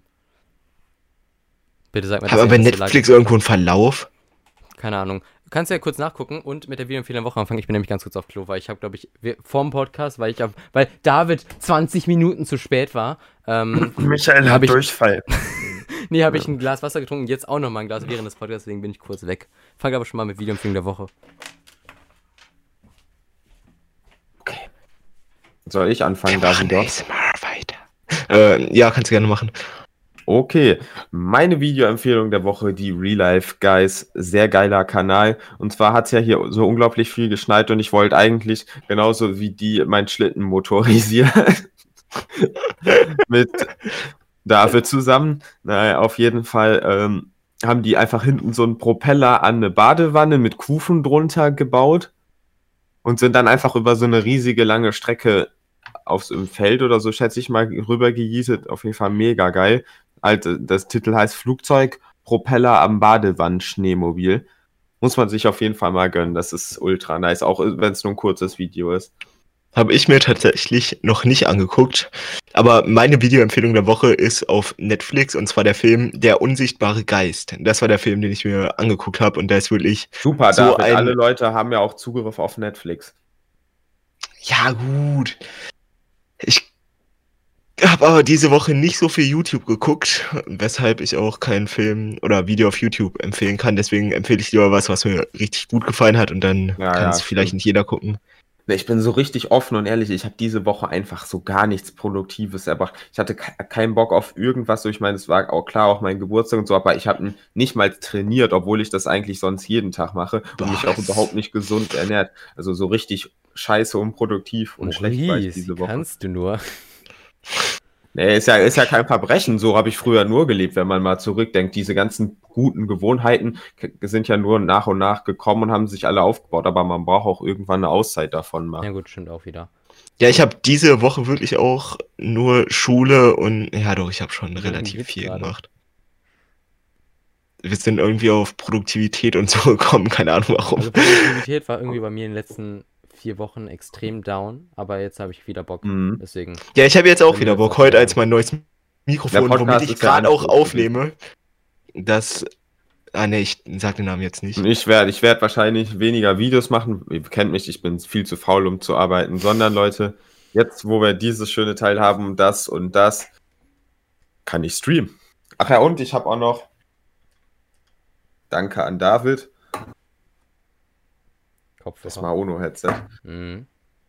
Bitte sag mir, dass aber bei Netflix irgendwo einen Verlauf? Keine Ahnung. Du kannst ja kurz nachgucken und mit der Videoempfehlung der Woche anfangen. Ich bin nämlich ganz kurz auf Klo, weil ich habe, glaube ich, vorm Podcast, weil David 20 Minuten zu spät war. Michael hat Durchfall. Nee, habe ich ein Glas Wasser getrunken, jetzt auch nochmal ein Glas während des Podcasts, deswegen bin ich kurz weg. Fange aber schon mal mit Videoempfehlung der Woche. Okay. Soll ich anfangen, David? Weiter. Ja, kannst du gerne machen. Okay, meine Videoempfehlung der Woche, die Real Life Guys, sehr geiler Kanal. Und zwar hat es ja hier so unglaublich viel geschneit und ich wollte eigentlich genauso wie die meinen Schlitten motorisieren. Mit David zusammen. Naja, auf jeden Fall haben die einfach hinten so einen Propeller an eine Badewanne mit Kufen drunter gebaut und sind dann einfach über so eine riesige lange Strecke auf so einem Feld oder so, schätze ich mal, rüber gejietet. Auf jeden Fall mega geil. Also, das Titel heißt Flugzeug, Propeller am Badewannenschneemobil. Muss man sich auf jeden Fall mal gönnen. Das ist ultra nice, auch wenn es nur ein kurzes Video ist. Habe ich mir tatsächlich noch nicht angeguckt. Aber meine Videoempfehlung der Woche ist auf Netflix und zwar der Film Der unsichtbare Geist. Das war der Film, den ich mir angeguckt habe und der ist wirklich super. So David, alle Leute haben ja auch Zugriff auf Netflix. Ja gut. Ich habe aber diese Woche nicht so viel YouTube geguckt, weshalb ich auch keinen Film oder Video auf YouTube empfehlen kann. Deswegen empfehle ich lieber was mir richtig gut gefallen hat und dann kann es vielleicht nicht jeder gucken. Ich bin so richtig offen und ehrlich, ich habe diese Woche einfach so gar nichts Produktives erbracht. Ich hatte keinen Bock auf irgendwas, so ich meine, es war auch klar, auch mein Geburtstag und so, aber ich habe nicht mal trainiert, obwohl ich das eigentlich sonst jeden Tag mache und mich auch überhaupt nicht gesund ernährt. Also so richtig scheiße unproduktiv und schlecht war ich diese Woche. Kannst du nur. Nee, ist ja kein Verbrechen, so habe ich früher nur gelebt, wenn man mal zurückdenkt. Diese ganzen guten Gewohnheiten sind ja nur nach und nach gekommen und haben sich alle aufgebaut, aber man braucht auch irgendwann eine Auszeit davon mal. Ja gut, stimmt auch wieder. Ja, ich habe diese Woche wirklich auch nur Schule und ja doch, ich habe schon relativ geht's viel gerade? gemacht. Wir sind irgendwie auf Produktivität und so gekommen, keine Ahnung warum. Also Produktivität war irgendwie bei mir in den letzten 4 Wochen extrem down, aber jetzt habe ich wieder Bock. Mhm. Deswegen. Ja, ich habe jetzt auch Wenn wieder wir Bock, jetzt heute auch als mein neues Der Mikrofon, Podcast womit ich ist ja gerade auch anspruchsvoll. aufnehme, das... Ah ne, ich sag den Namen jetzt nicht. Und ich werd wahrscheinlich weniger Videos machen. Ihr kennt mich, ich bin viel zu faul, um zu arbeiten. Sondern, Leute, jetzt, wo wir dieses schöne Teil haben, das und das, kann ich streamen. Ach ja, und ich habe auch noch, danke an David, das Kopfhörer. Maono-Headset. Mhm.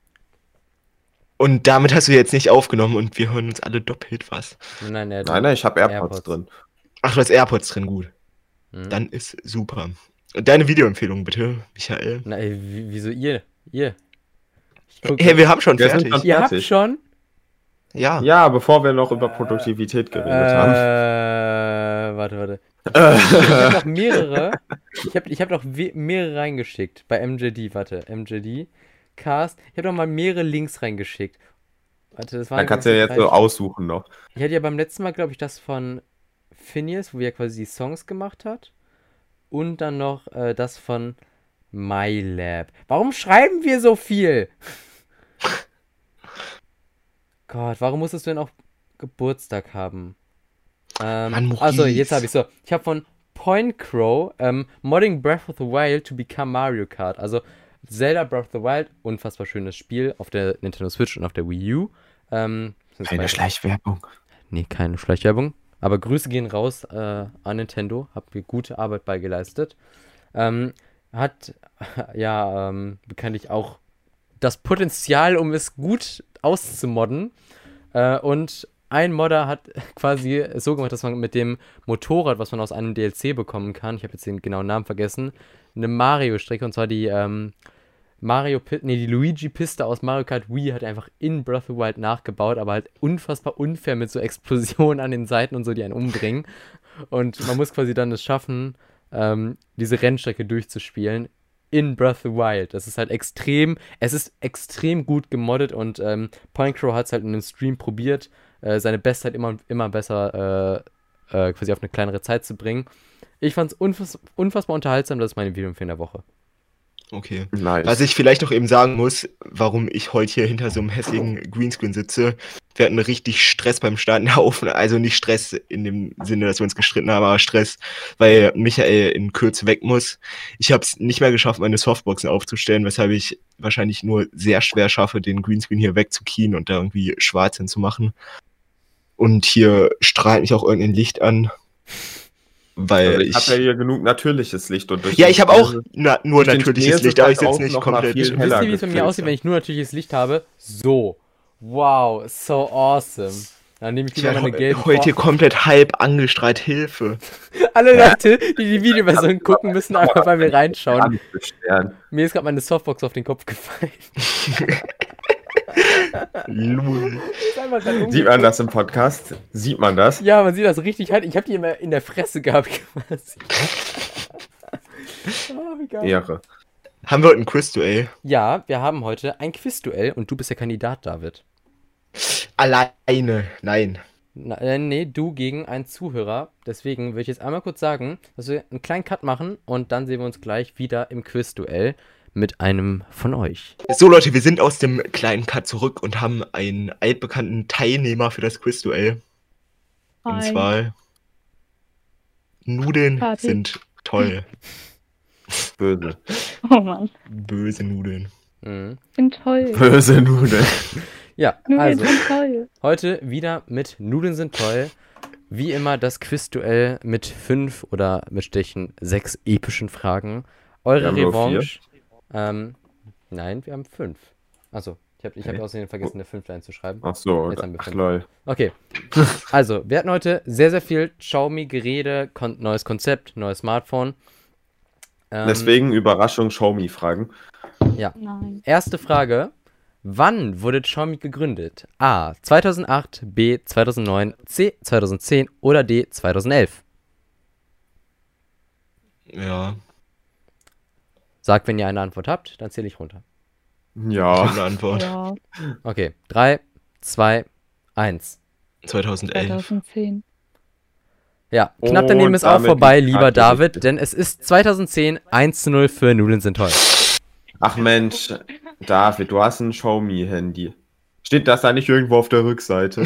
Und damit hast du jetzt nicht aufgenommen und wir hören uns alle doppelt, was? Nein, Nein, ich habe AirPods drin. Ach, du hast AirPods drin, gut. Mhm. Dann ist super. Und deine Videoempfehlung bitte, Michael. Na, ey, wieso ihr? Ihr? Ich guck Hey, wir haben schon Wir sind fertig. schon- Ihr habt fertig. schon? Ja. Ja, bevor wir noch über Produktivität geredet haben. Warte. Ich habe noch mehrere. Ich hab noch mehrere reingeschickt bei MJD. Warte, MJD Cast. Ich habe noch mal mehrere Links reingeschickt. Warte, das waren Dann kannst du glaub ja ich, jetzt so 3 aussuchen noch. Ich hatte ja beim letzten Mal, glaube ich, das von Phineas, wo er quasi die Songs gemacht hat. Und dann noch das von MyLab. Warum schreiben wir so viel? Gott, warum musstest du denn auch Geburtstag haben? Mann, Maurice. Also, jetzt habe ich so. Ich habe von Point Crow Modding Breath of the Wild to become Mario Kart. Also Zelda Breath of the Wild, unfassbar schönes Spiel auf der Nintendo Switch und auf der Wii U. Keine Schleichwerbung. Nee, keine Schleichwerbung. Aber Grüße gehen raus an Nintendo. Habt ihr gute Arbeit beigeleistet. Hat bekanntlich auch das Potenzial, um es gut auszumodden. Und ein Modder hat quasi es so gemacht, dass man mit dem Motorrad, was man aus einem DLC bekommen kann, ich habe jetzt den genauen Namen vergessen, eine Mario-Strecke, und zwar die die Luigi-Piste aus Mario Kart Wii hat er einfach in Breath of the Wild nachgebaut, aber halt unfassbar unfair mit so Explosionen an den Seiten und so, die einen umbringen. Und man muss quasi dann es schaffen, diese Rennstrecke durchzuspielen in Breath of the Wild. Es ist extrem gut gemoddet und Point Crow hat es halt in einem Stream probiert, seine Bestzeit immer besser quasi auf eine kleinere Zeit zu bringen. Ich fand es unfassbar unterhaltsam, das ist meine Videoempfehlung der Woche. Okay. Nice. Was ich vielleicht noch eben sagen muss, warum ich heute hier hinter so einem hässlichen Greenscreen sitze. Wir hatten richtig Stress beim Starten der Aufnahme. Also nicht Stress in dem Sinne, dass wir uns gestritten haben, aber Stress, weil Michael in Kürze weg muss. Ich habe es nicht mehr geschafft, meine Softboxen aufzustellen, weshalb ich wahrscheinlich nur sehr schwer schaffe, den Greenscreen hier wegzukien und da irgendwie schwarz hinzumachen. Und hier strahlt mich auch irgendein Licht an. Weil Also ich habe ja hier genug natürliches Licht. Und durch ja, den ich habe auch Schnee- nur durch den natürliches Schnee Licht, aber ich ist es sitze halt nicht auch noch mal komplett. viel Wisst heller ihr, wie es bei mir aussieht, wenn ich nur natürliches Licht habe? So. Wow, so awesome. Dann nehme ich Ich lieber meine werde gelben heute hier komplett halb angestrahlt. Hilfe. Alle Leute, die Videoversion gucken, müssen einfach bei mir reinschauen. Gar nicht beschweren. Mir ist gerade meine Softbox auf den Kopf gefallen. Lul. Ist einfach grad Sieht man umgekippt. das im Podcast? Sieht man das? Ja, man sieht das richtig halt. Ich habe die immer in der Fresse gehabt quasi. Oh, wie geil. Ehre. Haben wir heute ein Quiz-Duell? Ja, wir haben heute ein Quizduell und du bist der Kandidat, David. Alleine. Nein. Nee, du gegen einen Zuhörer. Deswegen würde ich jetzt einmal kurz sagen, dass wir einen kleinen Cut machen und dann sehen wir uns gleich wieder im Quizduell mit einem von euch. So Leute, wir sind aus dem kleinen Cut zurück und haben einen altbekannten Teilnehmer für das Quizduell. Und Hi. zwar Nudeln Party. sind toll. Böse. Oh Mann, Böse Nudeln. Mhm. ich bin toll. Böse Nudeln. Ja, Nudeln also sind toll. heute wieder mit Nudeln sind toll. Wie immer das Quizduell mit 5 oder mit Stechen 6 epischen Fragen. Wir Eure haben nur Revanche. Nein, wir haben 5. Achso, ich hab Okay. außerdem vergessen, eine 5 zu schreiben. Ach so, Jetzt haben wir ach fünf. lol. Okay. Also, wir hatten heute sehr, sehr viel Xiaomi-Gerede, neues Konzept, neues Smartphone. Deswegen Überraschung Xiaomi-Fragen. Nein. Erste Frage. Wann wurde Xiaomi gegründet? A. 2008, B. 2009, C. 2010 oder D. 2011? Ja. Sagt, wenn ihr eine Antwort habt, dann zähle ich runter. Ich Ja. habe eine Antwort. Ja, Okay, 3, 2, 1. 2011. 2010. Ja, knapp daneben Und ist auch damit vorbei, liegt lieber Katja David, richtig. denn es ist 2010 1:0 für Nudeln sind toll. Ach Mensch, David, du hast ein Xiaomi-Handy. Steht das da nicht irgendwo auf der Rückseite?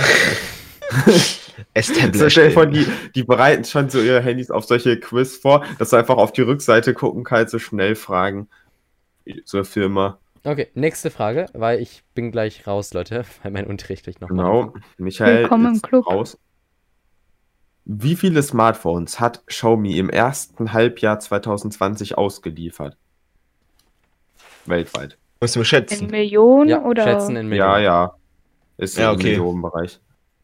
So, stell dir vor, die bereiten schon so ihre Handys auf solche Quiz vor, dass du einfach auf die Rückseite gucken kannst, so schnell fragen. So eine Firma. Okay, nächste Frage, weil ich bin gleich raus, Leute, weil mein Unterricht gleich noch mal Genau. anfängt. Michael Willkommen im ist Club. raus. Wie viele Smartphones hat Xiaomi im ersten Halbjahr 2020 ausgeliefert? Weltweit. Musst du In schätzen. Millionen Ja, oder? schätzen in Millionen. Ja, ja. Ist Ja, im okay. Millionenbereich.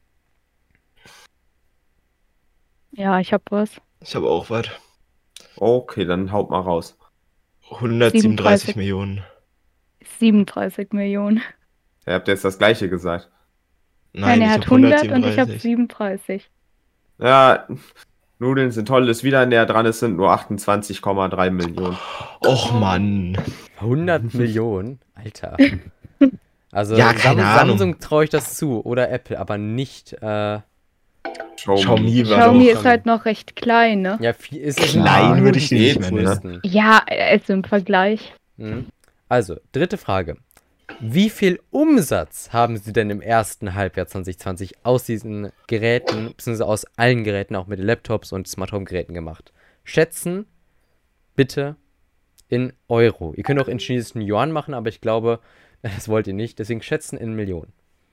Ja, ich hab was. Ich habe auch was. Okay, dann haut mal raus. 137 37. Millionen. 37 Millionen. Ihr habt jetzt das gleiche gesagt. Nein, er ich hat habe 100 und ich habe 137. 37. Ja, Nudeln sind toll, ist wieder näher dran, es sind nur 28,3 Millionen. Och Mann. 100 Millionen? Alter. Also Ja, keine Ahnung. Samsung traue ich das zu oder Apple, aber nicht, Xiaomi war Xiaomi doch. ist halt noch recht klein, ne? ja, ist es Klein würde ich die nicht geht's, mehr nennen. größten. Ja, also im Vergleich. Mhm. Also, dritte Frage. Wie viel Umsatz haben Sie denn im ersten Halbjahr 2020 aus diesen Geräten, beziehungsweise aus allen Geräten, auch mit Laptops und Smart Home Geräten gemacht? Schätzen bitte in Euro. Ihr könnt auch in chinesischen Yuan machen, aber ich glaube, das wollt ihr nicht. Deswegen schätzen in Millionen.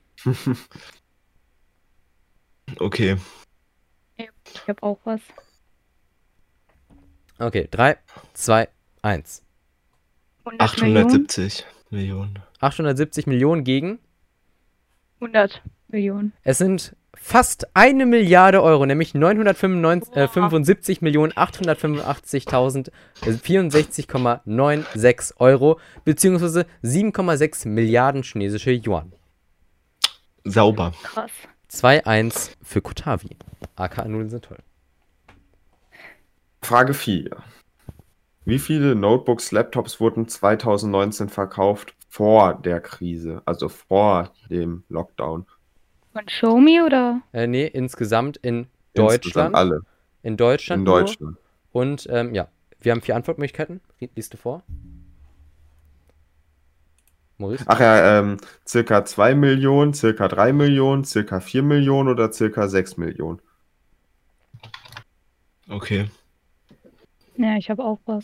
Okay. Ich habe auch was. Okay, 3, 2, 1. 100 Millionen. 870 Millionen. 870 Millionen gegen. 100 Millionen. Es sind fast 1 Milliarde Euro, nämlich 975.885.064,96 Euro, beziehungsweise 7,6 Milliarden chinesische Yuan. Sauber. Krass. 2-1 für Kotavi. AK Nudeln sind toll. Frage 4. Wie viele Notebooks, Laptops wurden 2019 verkauft vor der Krise, also vor dem Lockdown? Von Xiaomi oder? Nee, insgesamt in Insgesamt Deutschland. alle In Deutschland. in nur. Deutschland. Und ja, wir haben 4 Antwortmöglichkeiten. Liest du vor? Maurice? Ach ja, circa 2 Millionen, circa 3 Millionen, circa 4 Millionen oder circa 6 Millionen? Okay. Ja, ich habe auch was.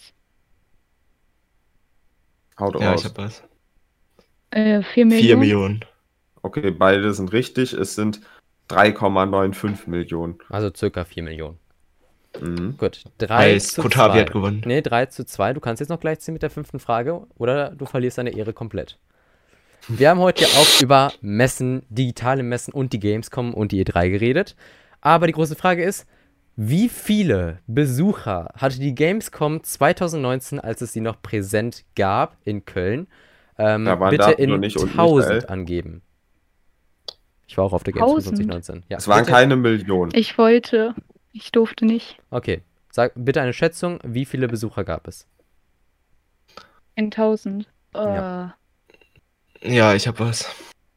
Haut Ja, raus. ich habe was. 4 4 Millionen. Millionen. Okay, beide sind richtig. Es sind 3,95 Millionen. Also circa 4 Millionen. Mhm. Gut. 3 Heißt, zu Kotavi 2. hat gewonnen. Nee, 3 zu 2. Du kannst jetzt noch gleich ziehen mit der 5. Frage oder du verlierst deine Ehre komplett. Wir haben heute ja auch über Messen, digitale Messen und die Gamescom und die E3 geredet. Aber die große Frage ist, wie viele Besucher hatte die Gamescom 2019, als es sie noch präsent gab in Köln? Da waren Bitte David in und ich und 1000 Michael. angeben. Ich war auch auf der Gamescom 1000? 2019. Ja, Es waren bitte. keine Millionen. Ich wollte. Ich durfte nicht. Okay, sag bitte eine Schätzung, wie viele Besucher gab es? In 1000. Ja. Ja, ich habe was.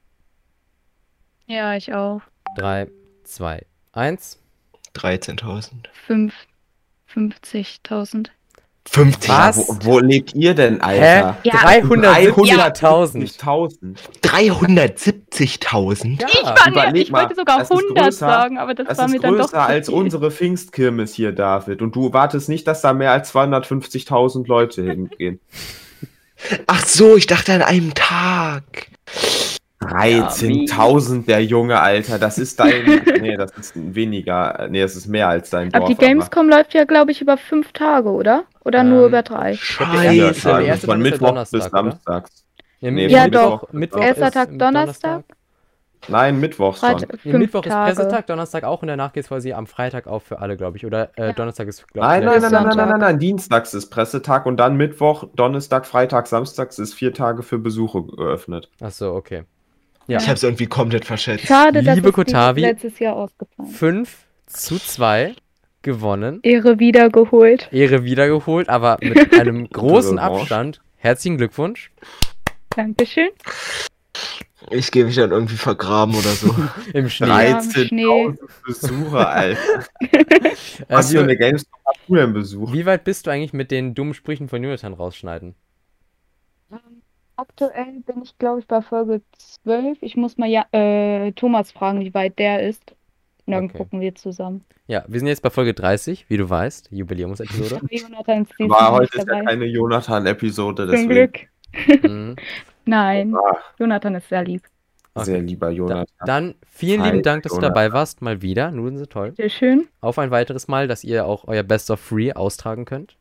Ja, ich auch. 3, 2, 1. 13.000. 50.000. 50. Was? Wo lebt ihr denn, Alter? Ja, 370.000. 370.000. 370.000? Ja, Überleg Ich wollte mal, sogar das ist 100 größer- sagen, aber das Das war ist mir dann doch größer zu als viel. unsere Pfingstkirmes hier, David. Und du wartest nicht, dass da mehr als 250.000 Leute hingehen. Ach so, ich dachte an einem Tag. 13.000, der Junge, Alter. Das ist dein. Nee, das ist weniger. Nee, das ist mehr als dein Aber Dorf. die Gamescom läuft ja, glaube ich, über 5 Tage, oder? Oder nur über 3? der Scheiße. erste Tag Tage, ist von der Mittwoch Donnerstag, bis oder? Samstags. Ja, Nee, Ja, von doch. Mittwoch. Erster ist Tag Donnerstag, Nein, Mittwoch schon. Freitag, Nee, 5 Mittwoch ist Tage. Pressetag, Donnerstag auch und danach geht es quasi am Freitag auf für alle, glaube ich. Oder Ja. Donnerstag ist, glaube Nein, ich, nein, der nein, nein, letzte nein, nein, Tag. nein, nein. Dienstags ist Pressetag und dann Mittwoch, Donnerstag, Freitag, Samstags ist 4 Tage für Besuche geöffnet. Achso, okay. Ja. Ich habe es irgendwie komplett verschätzt. Schade, dass Liebe es Kotavi. letztes Jahr ausgefallen ist. 5 zu 2 gewonnen. Ehre wiedergeholt. Ehre wiedergeholt, aber mit einem großen Revanche. Abstand. Herzlichen Glückwunsch. Dankeschön. Ich gehe mich dann irgendwie vergraben oder so. Im Schnee. Ja, im 13.000 Besucher, Alter. Was wie, für eine Gamescom hast du denn Besuch? wie weit bist du eigentlich mit den dummen Sprüchen von Jonathan rausschneiden? Aktuell bin ich, glaube ich, bei Folge 12. Ich muss mal Thomas fragen, wie weit der ist. Und dann Okay. gucken wir zusammen. Ja, wir sind jetzt bei Folge 30, wie du weißt, Jubiläumsepisode. Aber Jonathan ist diesmal Aber nicht heute ist ja dabei. keine Jonathan-Episode, Zum deswegen. Glück. Mhm. Nein, Ah, Jonathan ist sehr lieb. sehr Okay. lieber Jonathan. Dann vielen Hi, lieben Dank, dass du Jonathan. dabei warst, mal wieder. Nudeln sind toll. Sehr schön. Auf ein weiteres Mal, dass ihr auch euer Best of Free austragen könnt.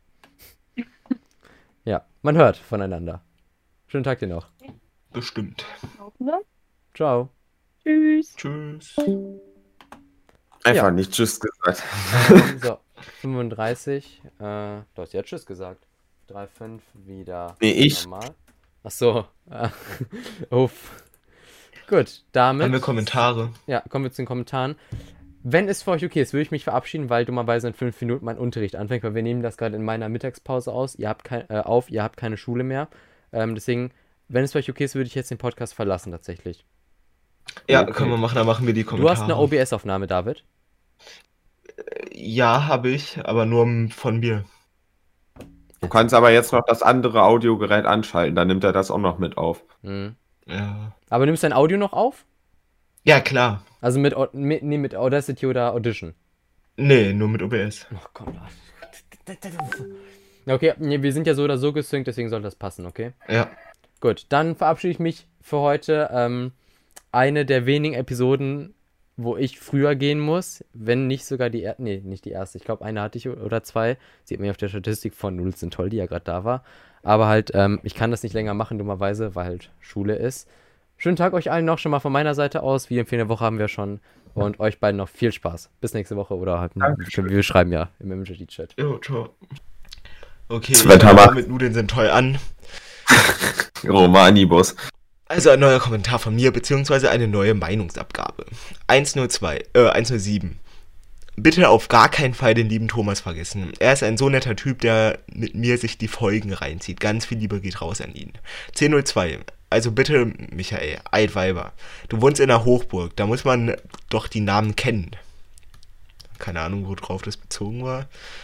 Ja, man hört voneinander. Schönen Tag dir noch. Bestimmt. Ciao. Tschüss. Tschüss. Einfach Ja. nicht Tschüss gesagt. So, 35. Du hast ja Tschüss gesagt. 3,5 wieder Nee, ich. normal. Ach so. Uff. Gut, damit. Haben wir Kommentare? Ja, kommen wir zu den Kommentaren. Wenn es für euch okay ist, würde ich mich verabschieden, weil dummerweise in 5 Minuten mein Unterricht anfängt, weil wir nehmen das gerade in meiner Mittagspause aus. Ihr habt ihr habt keine Schule mehr. Deswegen, wenn es für euch okay ist, würde ich jetzt den Podcast verlassen tatsächlich. Ja, Okay. können wir machen, dann machen wir die Du Kommentare. hast eine OBS-Aufnahme, David. Ja, habe ich, aber nur von mir. Du kannst aber jetzt noch das andere Audiogerät anschalten, dann nimmt er das auch noch mit auf. Mhm. Ja. Aber nimmst du dein Audio noch auf? Ja, klar. Also mit Audacity oder Audition? Nee, nur mit OBS. Oh Gott. Okay, nee, wir sind ja so oder so gesynkt, deswegen soll das passen, okay? Ja. Gut, dann verabschiede ich mich für heute. Eine der wenigen Episoden, wo ich früher gehen muss, wenn nicht sogar die erste, nee, nicht die erste. Ich glaube, eine hatte ich oder zwei. Sieht man ja auf der Statistik von Nudels sind toll, die ja gerade da war. Aber halt, ich kann das nicht länger machen, dummerweise, weil halt Schule ist. Schönen Tag euch allen noch schon mal von meiner Seite aus. Wie empfehlende Woche haben wir schon. Und euch beiden noch viel Spaß. Bis nächste Woche oder halt, wir schreiben ja im MGD-Chat. Jo, ciao. Okay, Das ich Wetter fange war- mal mit Nudeln sind toll an. Romanibus. Also ein neuer Kommentar von mir, beziehungsweise eine neue Meinungsabgabe. 107. Bitte auf gar keinen Fall den lieben Thomas vergessen. Er ist ein so netter Typ, der mit mir sich die Folgen reinzieht. Ganz viel Liebe geht raus an ihn. 1002. Also bitte, Michael, Eidweiber. Du wohnst in der Hochburg, da muss man doch die Namen kennen. Keine Ahnung, worauf das bezogen war.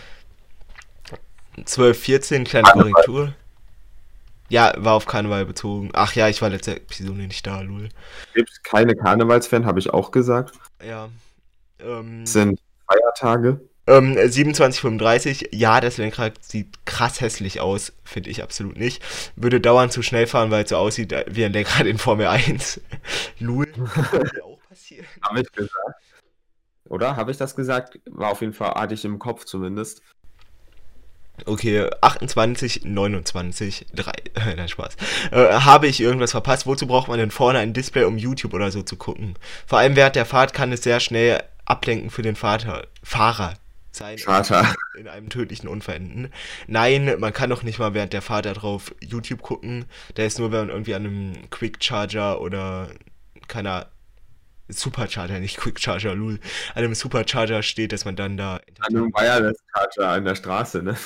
1214, kleine Korrektur. Ja, war auf Karneval bezogen. Ach ja, ich war letzte Episode nicht da, lul. Gibt keine Karnevalsfan, habe ich auch gesagt. Ja. Es sind Feiertage. 2735, ja, das Lenkrad sieht krass hässlich aus, finde ich absolut nicht. Würde dauernd zu schnell fahren, weil es so aussieht wie ein Lenkrad in Formel 1. Lul. Kann mir auch passieren. Habe ich gesagt. Oder? Habe ich das gesagt? War auf jeden Fall, hatte ich im Kopf zumindest. Okay, 28, 29, 3. Nein, Spaß. Habe ich irgendwas verpasst? Wozu braucht man denn vorne ein Display, um YouTube oder so zu gucken? Vor allem während der Fahrt kann es sehr schnell ablenken für den Fahrer sein. Vater. In einem tödlichen Unfall enden. Nein, man kann doch nicht mal während der Fahrt darauf YouTube gucken. Der ist nur, wenn man irgendwie an einem Quick Charger oder keiner Supercharger, nicht Quick Charger, lul, an einem Supercharger steht, dass man dann da An einem Wireless-Charger an der Straße, ne?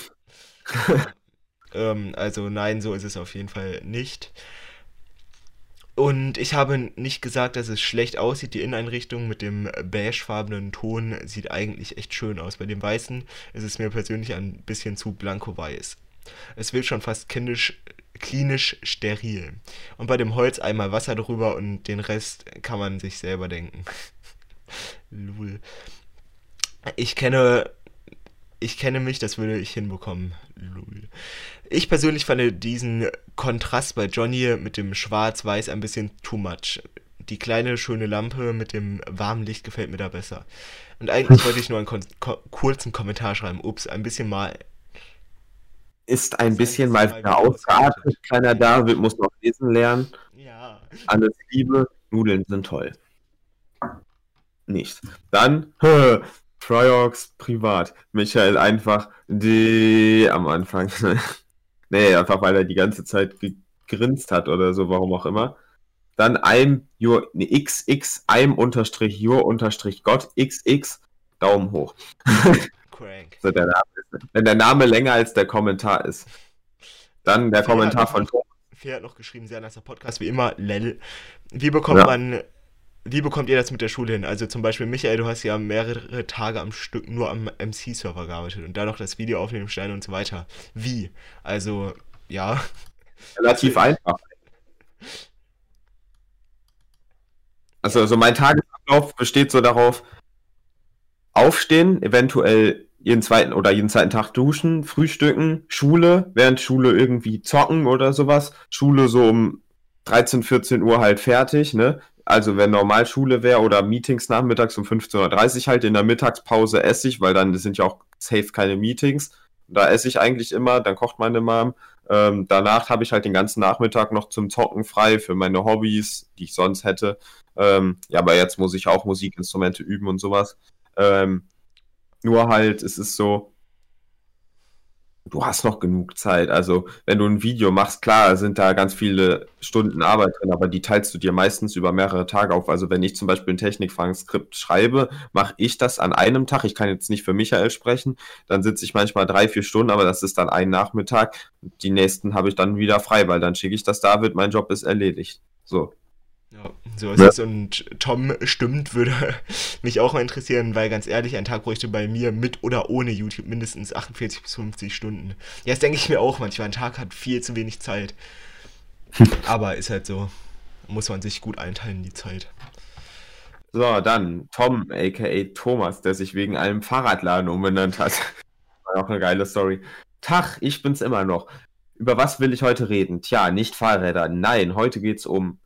Also nein, so ist es auf jeden Fall nicht. Und ich habe nicht gesagt, dass es schlecht aussieht. Die Inneneinrichtung mit dem beigefarbenen Ton sieht eigentlich echt schön aus. Bei dem Weißen ist es mir persönlich ein bisschen zu blanko-weiß. Es wird schon fast klinisch steril. Und bei dem Holz einmal Wasser drüber und den Rest kann man sich selber denken. Lul. Ich kenne mich, das würde ich hinbekommen. Lul. Ich persönlich fand diesen Kontrast bei Johnny mit dem Schwarz-Weiß ein bisschen too much. Die kleine, schöne Lampe mit dem warmen Licht gefällt mir da besser. Und eigentlich wollte ich nur einen kurzen Kommentar schreiben. Ups, ein bisschen mal. Ist ein bisschen mal wieder ausgeatmet. Kleiner David muss noch lesen lernen. Ja. Alles Liebe, Nudeln sind toll. Nicht. Dann, Tryox privat. Michael einfach am Anfang. Nee, einfach weil er die ganze Zeit gegrinst hat oder so, warum auch immer. Dann XX, Gott, XX, Daumen hoch. Crank. So der Name ist. Wenn der Name länger als der Kommentar ist. Dann der Kommentar von Thomas. Fair hat noch geschrieben, sehr nicer Podcast, wie immer, Lel. Wie bekommt ihr das mit der Schule hin? Also zum Beispiel, Michael, du hast ja mehrere Tage am Stück nur am MC-Server gearbeitet und dann noch das Video aufnehmen, schneiden und so weiter. Wie? Also, ja. Relativ einfach. Also mein Tagesablauf besteht so darauf, aufstehen, eventuell jeden zweiten Tag duschen, frühstücken, Schule, während Schule irgendwie zocken oder sowas. Schule so um 13, 14 Uhr halt fertig, ne? Also wenn normal Schule wäre oder Meetings nachmittags um 15:30 Uhr halt, in der Mittagspause esse ich, weil dann sind ja auch safe keine Meetings. Da esse ich eigentlich immer, dann kocht meine Mom. Danach habe ich halt den ganzen Nachmittag noch zum Zocken frei für meine Hobbys, die ich sonst hätte. Ja, aber jetzt muss ich auch Musikinstrumente üben und sowas. Nur halt, es ist so, du hast noch genug Zeit. Also, wenn du ein Video machst, klar, sind da ganz viele Stunden Arbeit drin, aber die teilst du dir meistens über mehrere Tage auf. Also, wenn ich zum Beispiel ein Technikfragen-Skript schreibe, mache ich das an einem Tag. Ich kann jetzt nicht für Michael sprechen. Dann sitze ich manchmal 3, 4 Stunden, aber das ist dann ein Nachmittag. Die nächsten habe ich dann wieder frei, weil dann schicke ich das David, mein Job ist erledigt. So. Ja, so ist es. Und Tom stimmt, würde mich auch mal interessieren, weil ganz ehrlich, ein Tag bräuchte bei mir mit oder ohne YouTube mindestens 48 bis 50 Stunden. Ja, das denke ich mir auch manchmal. Ein Tag hat viel zu wenig Zeit. Aber ist halt so. Muss man sich gut einteilen, die Zeit. So, dann Tom, a.k.a. Thomas, der sich wegen einem Fahrradladen umbenannt hat. War auch eine geile Story. Tag, ich bin's immer noch. Über was will ich heute reden? Tja, nicht Fahrräder. Nein, heute geht's um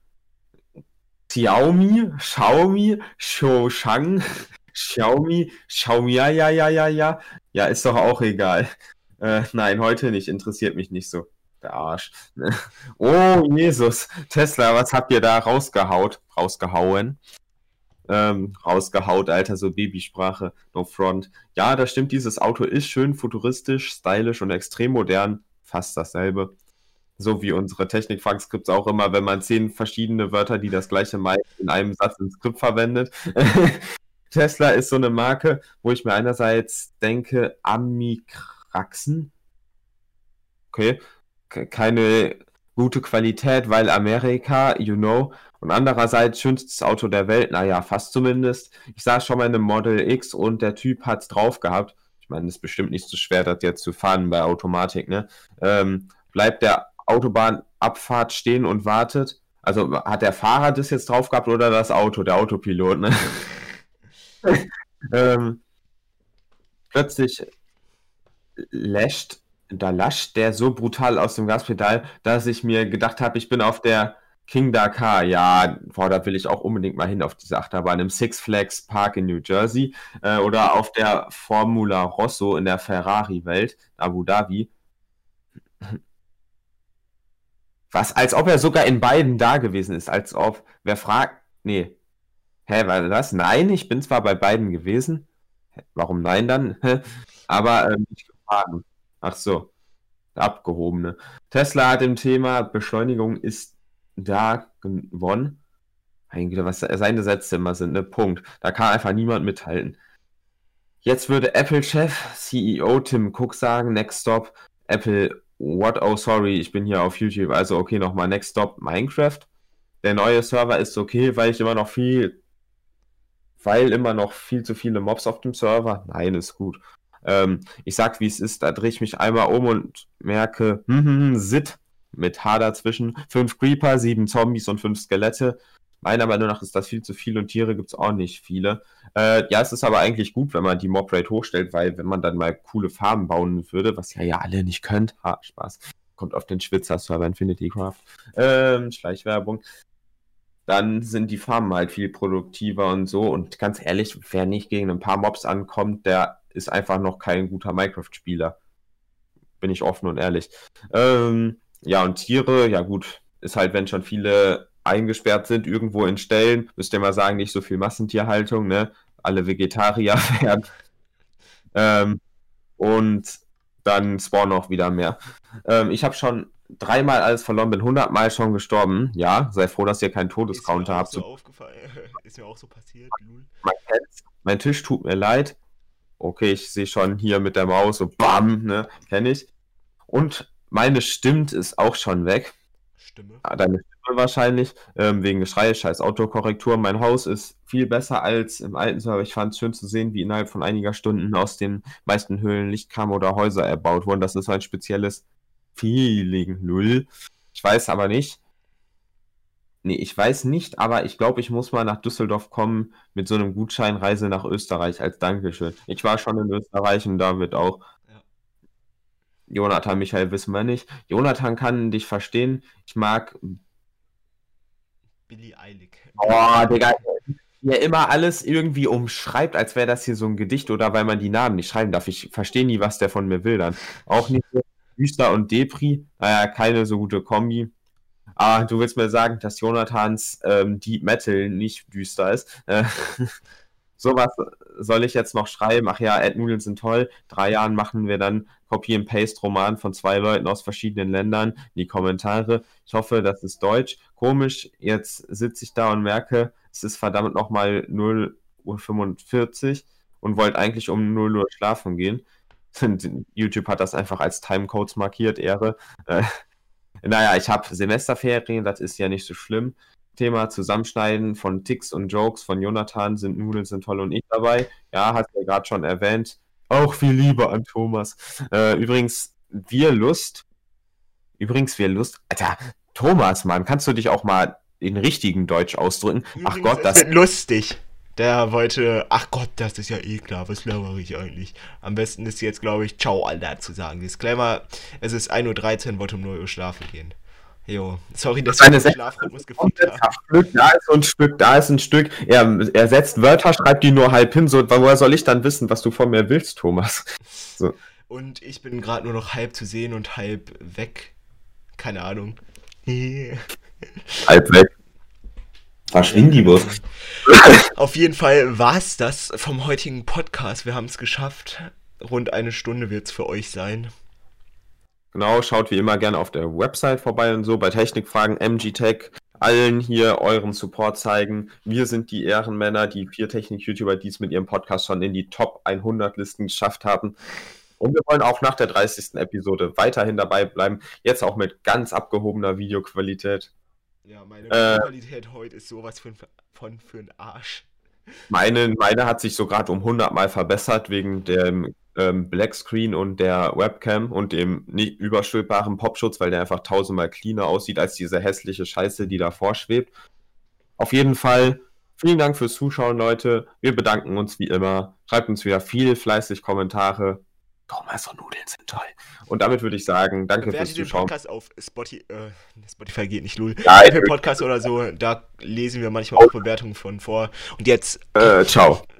Xiaomi, Shoushang, Xiaomi, ja. Ja, ist doch auch egal. Nein, heute nicht, interessiert mich nicht so. Der Arsch. Oh, Jesus. Tesla, was habt ihr da rausgehauen? Rausgehaut, Alter, so Babysprache, no front. Ja, das stimmt, dieses Auto ist schön futuristisch, stylisch und extrem modern. Fast dasselbe. So wie unsere Technikfragen-Skripts auch immer, wenn man 10 verschiedene Wörter, die das gleiche meinen, in einem Satz im Skript verwendet. Tesla ist so eine Marke, wo ich mir einerseits denke, Amikraxen. Okay, keine gute Qualität, weil Amerika, you know. Und andererseits schönstes Auto der Welt, naja, fast zumindest. Ich saß schon mal in einem Model X und der Typ hat's drauf gehabt. Ich meine, es ist bestimmt nicht so schwer, das jetzt zu fahren bei Automatik, ne? Bleibt der Autobahnabfahrt stehen und wartet. Also hat der Fahrer das jetzt drauf gehabt oder das Auto, der Autopilot, ne? Plötzlich lascht der so brutal aus dem Gaspedal, dass ich mir gedacht habe, ich bin auf der King Dakar. Ja, boah, da will ich auch unbedingt mal hin auf diese Achterbahn im Six Flags Park in New Jersey oder auf der Formula Rosso in der Ferrari-Welt, Abu Dhabi. Was, als ob er sogar in beiden da gewesen ist, als ob, wer fragt, nee, war das? Nein, ich bin zwar bei beiden gewesen, warum nein dann? Aber nicht gefahren. Ach so, abgehobene. Tesla hat im Thema Beschleunigung ist da gewonnen. Eigentlich, was seine Sätze immer sind, ne, Punkt. Da kann einfach niemand mithalten. Jetzt würde Apple-Chef, CEO Tim Cook sagen, next stop, Apple. What? Oh, sorry, ich bin hier auf YouTube. Also, okay, nochmal Next Stop Minecraft. Der neue Server ist okay, weil immer noch viel zu viele Mobs auf dem Server. Nein, ist gut. Ich sag, wie es ist, da drehe ich mich einmal um und merke, Sit mit H dazwischen. 5 Creeper, 7 Zombies und 5 Skelette. Meiner Meinung nach ist das viel zu viel und Tiere gibt es auch nicht viele. Ja, es ist aber eigentlich gut, wenn man die Mobrate hochstellt, weil wenn man dann mal coole Farben bauen würde, was ja alle nicht könnt, Spaß, kommt auf den Schwitzer-Server Infinity Craft, Schleichwerbung, dann sind die Farben halt viel produktiver und so. Und ganz ehrlich, wer nicht gegen ein paar Mobs ankommt, der ist einfach noch kein guter Minecraft-Spieler. Bin ich offen und ehrlich. Ja, und Tiere, ja gut, ist halt, wenn schon viele eingesperrt sind, irgendwo in Ställen, müsst ihr mal sagen, nicht so viel Massentierhaltung, ne? Alle Vegetarier werden. Und dann spawnen auch wieder mehr. Ich habe schon 3-mal alles verloren, bin 100-mal schon gestorben. Ja, sei froh, dass ihr keinen Todescounter habt. Ist mir auch so aufgefallen. Ist mir auch so passiert. Mein Tisch tut mir leid. Okay, ich sehe schon hier mit der Maus so BAM, ne? Kenne ich. Und meine stimmt ist auch schon weg. Stimme. Deine Stimme wahrscheinlich, wegen Geschrei, scheiß Autokorrektur. Mein Haus ist viel besser als im alten Server. Ich fand es schön zu sehen, wie innerhalb von einiger Stunden aus den meisten Höhlen Lichtkammern oder Häuser erbaut wurden. Das ist so ein spezielles Feeling. Null. Ich weiß aber nicht. Nee, ich weiß nicht, aber ich glaube, ich muss mal nach Düsseldorf kommen mit so einem Gutscheinreise nach Österreich als Dankeschön. Ich war schon in Österreich und da wird auch Ja. Jonathan, Michael wissen wir nicht. Jonathan kann dich verstehen. Ich mag. Billy Eilig. Oh, Digga, der immer alles irgendwie umschreibt, als wäre das hier so ein Gedicht oder weil man die Namen nicht schreiben darf. Ich verstehe nie, was der von mir will dann. Auch nicht so düster und Depri. Naja, keine so gute Kombi. Aber du willst mir sagen, dass Jonathans Deep Metal nicht düster ist. Sowas soll ich jetzt noch schreiben. Ach ja, Nudeln sind toll. 3 Jahren machen wir dann Copy-and-Paste-Roman von 2 Leuten aus verschiedenen Ländern in die Kommentare. Ich hoffe, das ist Deutsch. Komisch, jetzt sitze ich da und merke, es ist verdammt nochmal 0:45 Uhr und wollte eigentlich um 0 Uhr schlafen gehen. YouTube hat das einfach als Timecodes markiert, Ehre. Naja, ich habe Semesterferien, das ist ja nicht so schlimm. Thema Zusammenschneiden von Ticks und Jokes von Jonathan, Nudeln sind toll und ich dabei. Ja, hast du ja gerade schon erwähnt. Auch viel Liebe an Thomas. Übrigens, wir Lust. Alter, Thomas, Mann, kannst du dich auch mal in richtigen Deutsch ausdrücken? Ach Gott, das wird lustig. Der wollte, ach Gott, das ist ja eh klar, was laber ich eigentlich? Am besten ist jetzt, glaube ich, ciao, Alter, zu sagen. Disclaimer, es ist 1:13 Uhr, wollte um 0 Uhr schlafen gehen. Jo, sorry, dass ich den Schlafrhythmus gefunden habe. Da ist so ein Stück, da ist ein Stück. Er setzt Wörter, schreibt die nur halb hin. So, woher soll ich dann wissen, was du von mir willst, Thomas? So. Und ich bin gerade nur noch halb zu sehen und halb weg. Keine Ahnung. Halb weg. Verschwind die Bus. Auf jeden Fall war es das vom heutigen Podcast. Wir haben es geschafft. Rund 1 Stunde wird es für euch sein. Genau, schaut wie immer gerne auf der Website vorbei und so. Bei Technikfragen, MG-Tech, allen hier euren Support zeigen. Wir sind die Ehrenmänner, die 4 Technik-YouTuber, die es mit ihrem Podcast schon in die Top 100 Listen geschafft haben. Und wir wollen auch nach der 30. Episode weiterhin dabei bleiben. Jetzt auch mit ganz abgehobener Videoqualität. Ja, meine Qualität heute ist sowas für einen Arsch. Meine hat sich so gerade um 100 Mal verbessert wegen dem Blackscreen und der Webcam und dem nicht überstülpbaren Popschutz, weil der einfach 1000-mal cleaner aussieht als diese hässliche Scheiße, die davor schwebt. Auf jeden Fall, vielen Dank fürs Zuschauen, Leute. Wir bedanken uns wie immer. Schreibt uns wieder viel fleißig Kommentare. Thomas und Nudeln sind toll. Und damit würde ich sagen, danke fürs Zuschauen. Podcast auf Spotify geht nicht, lul. Ja, Apple Podcast oder so, da lesen wir manchmal auch Bewertungen von vor. Und jetzt ciao.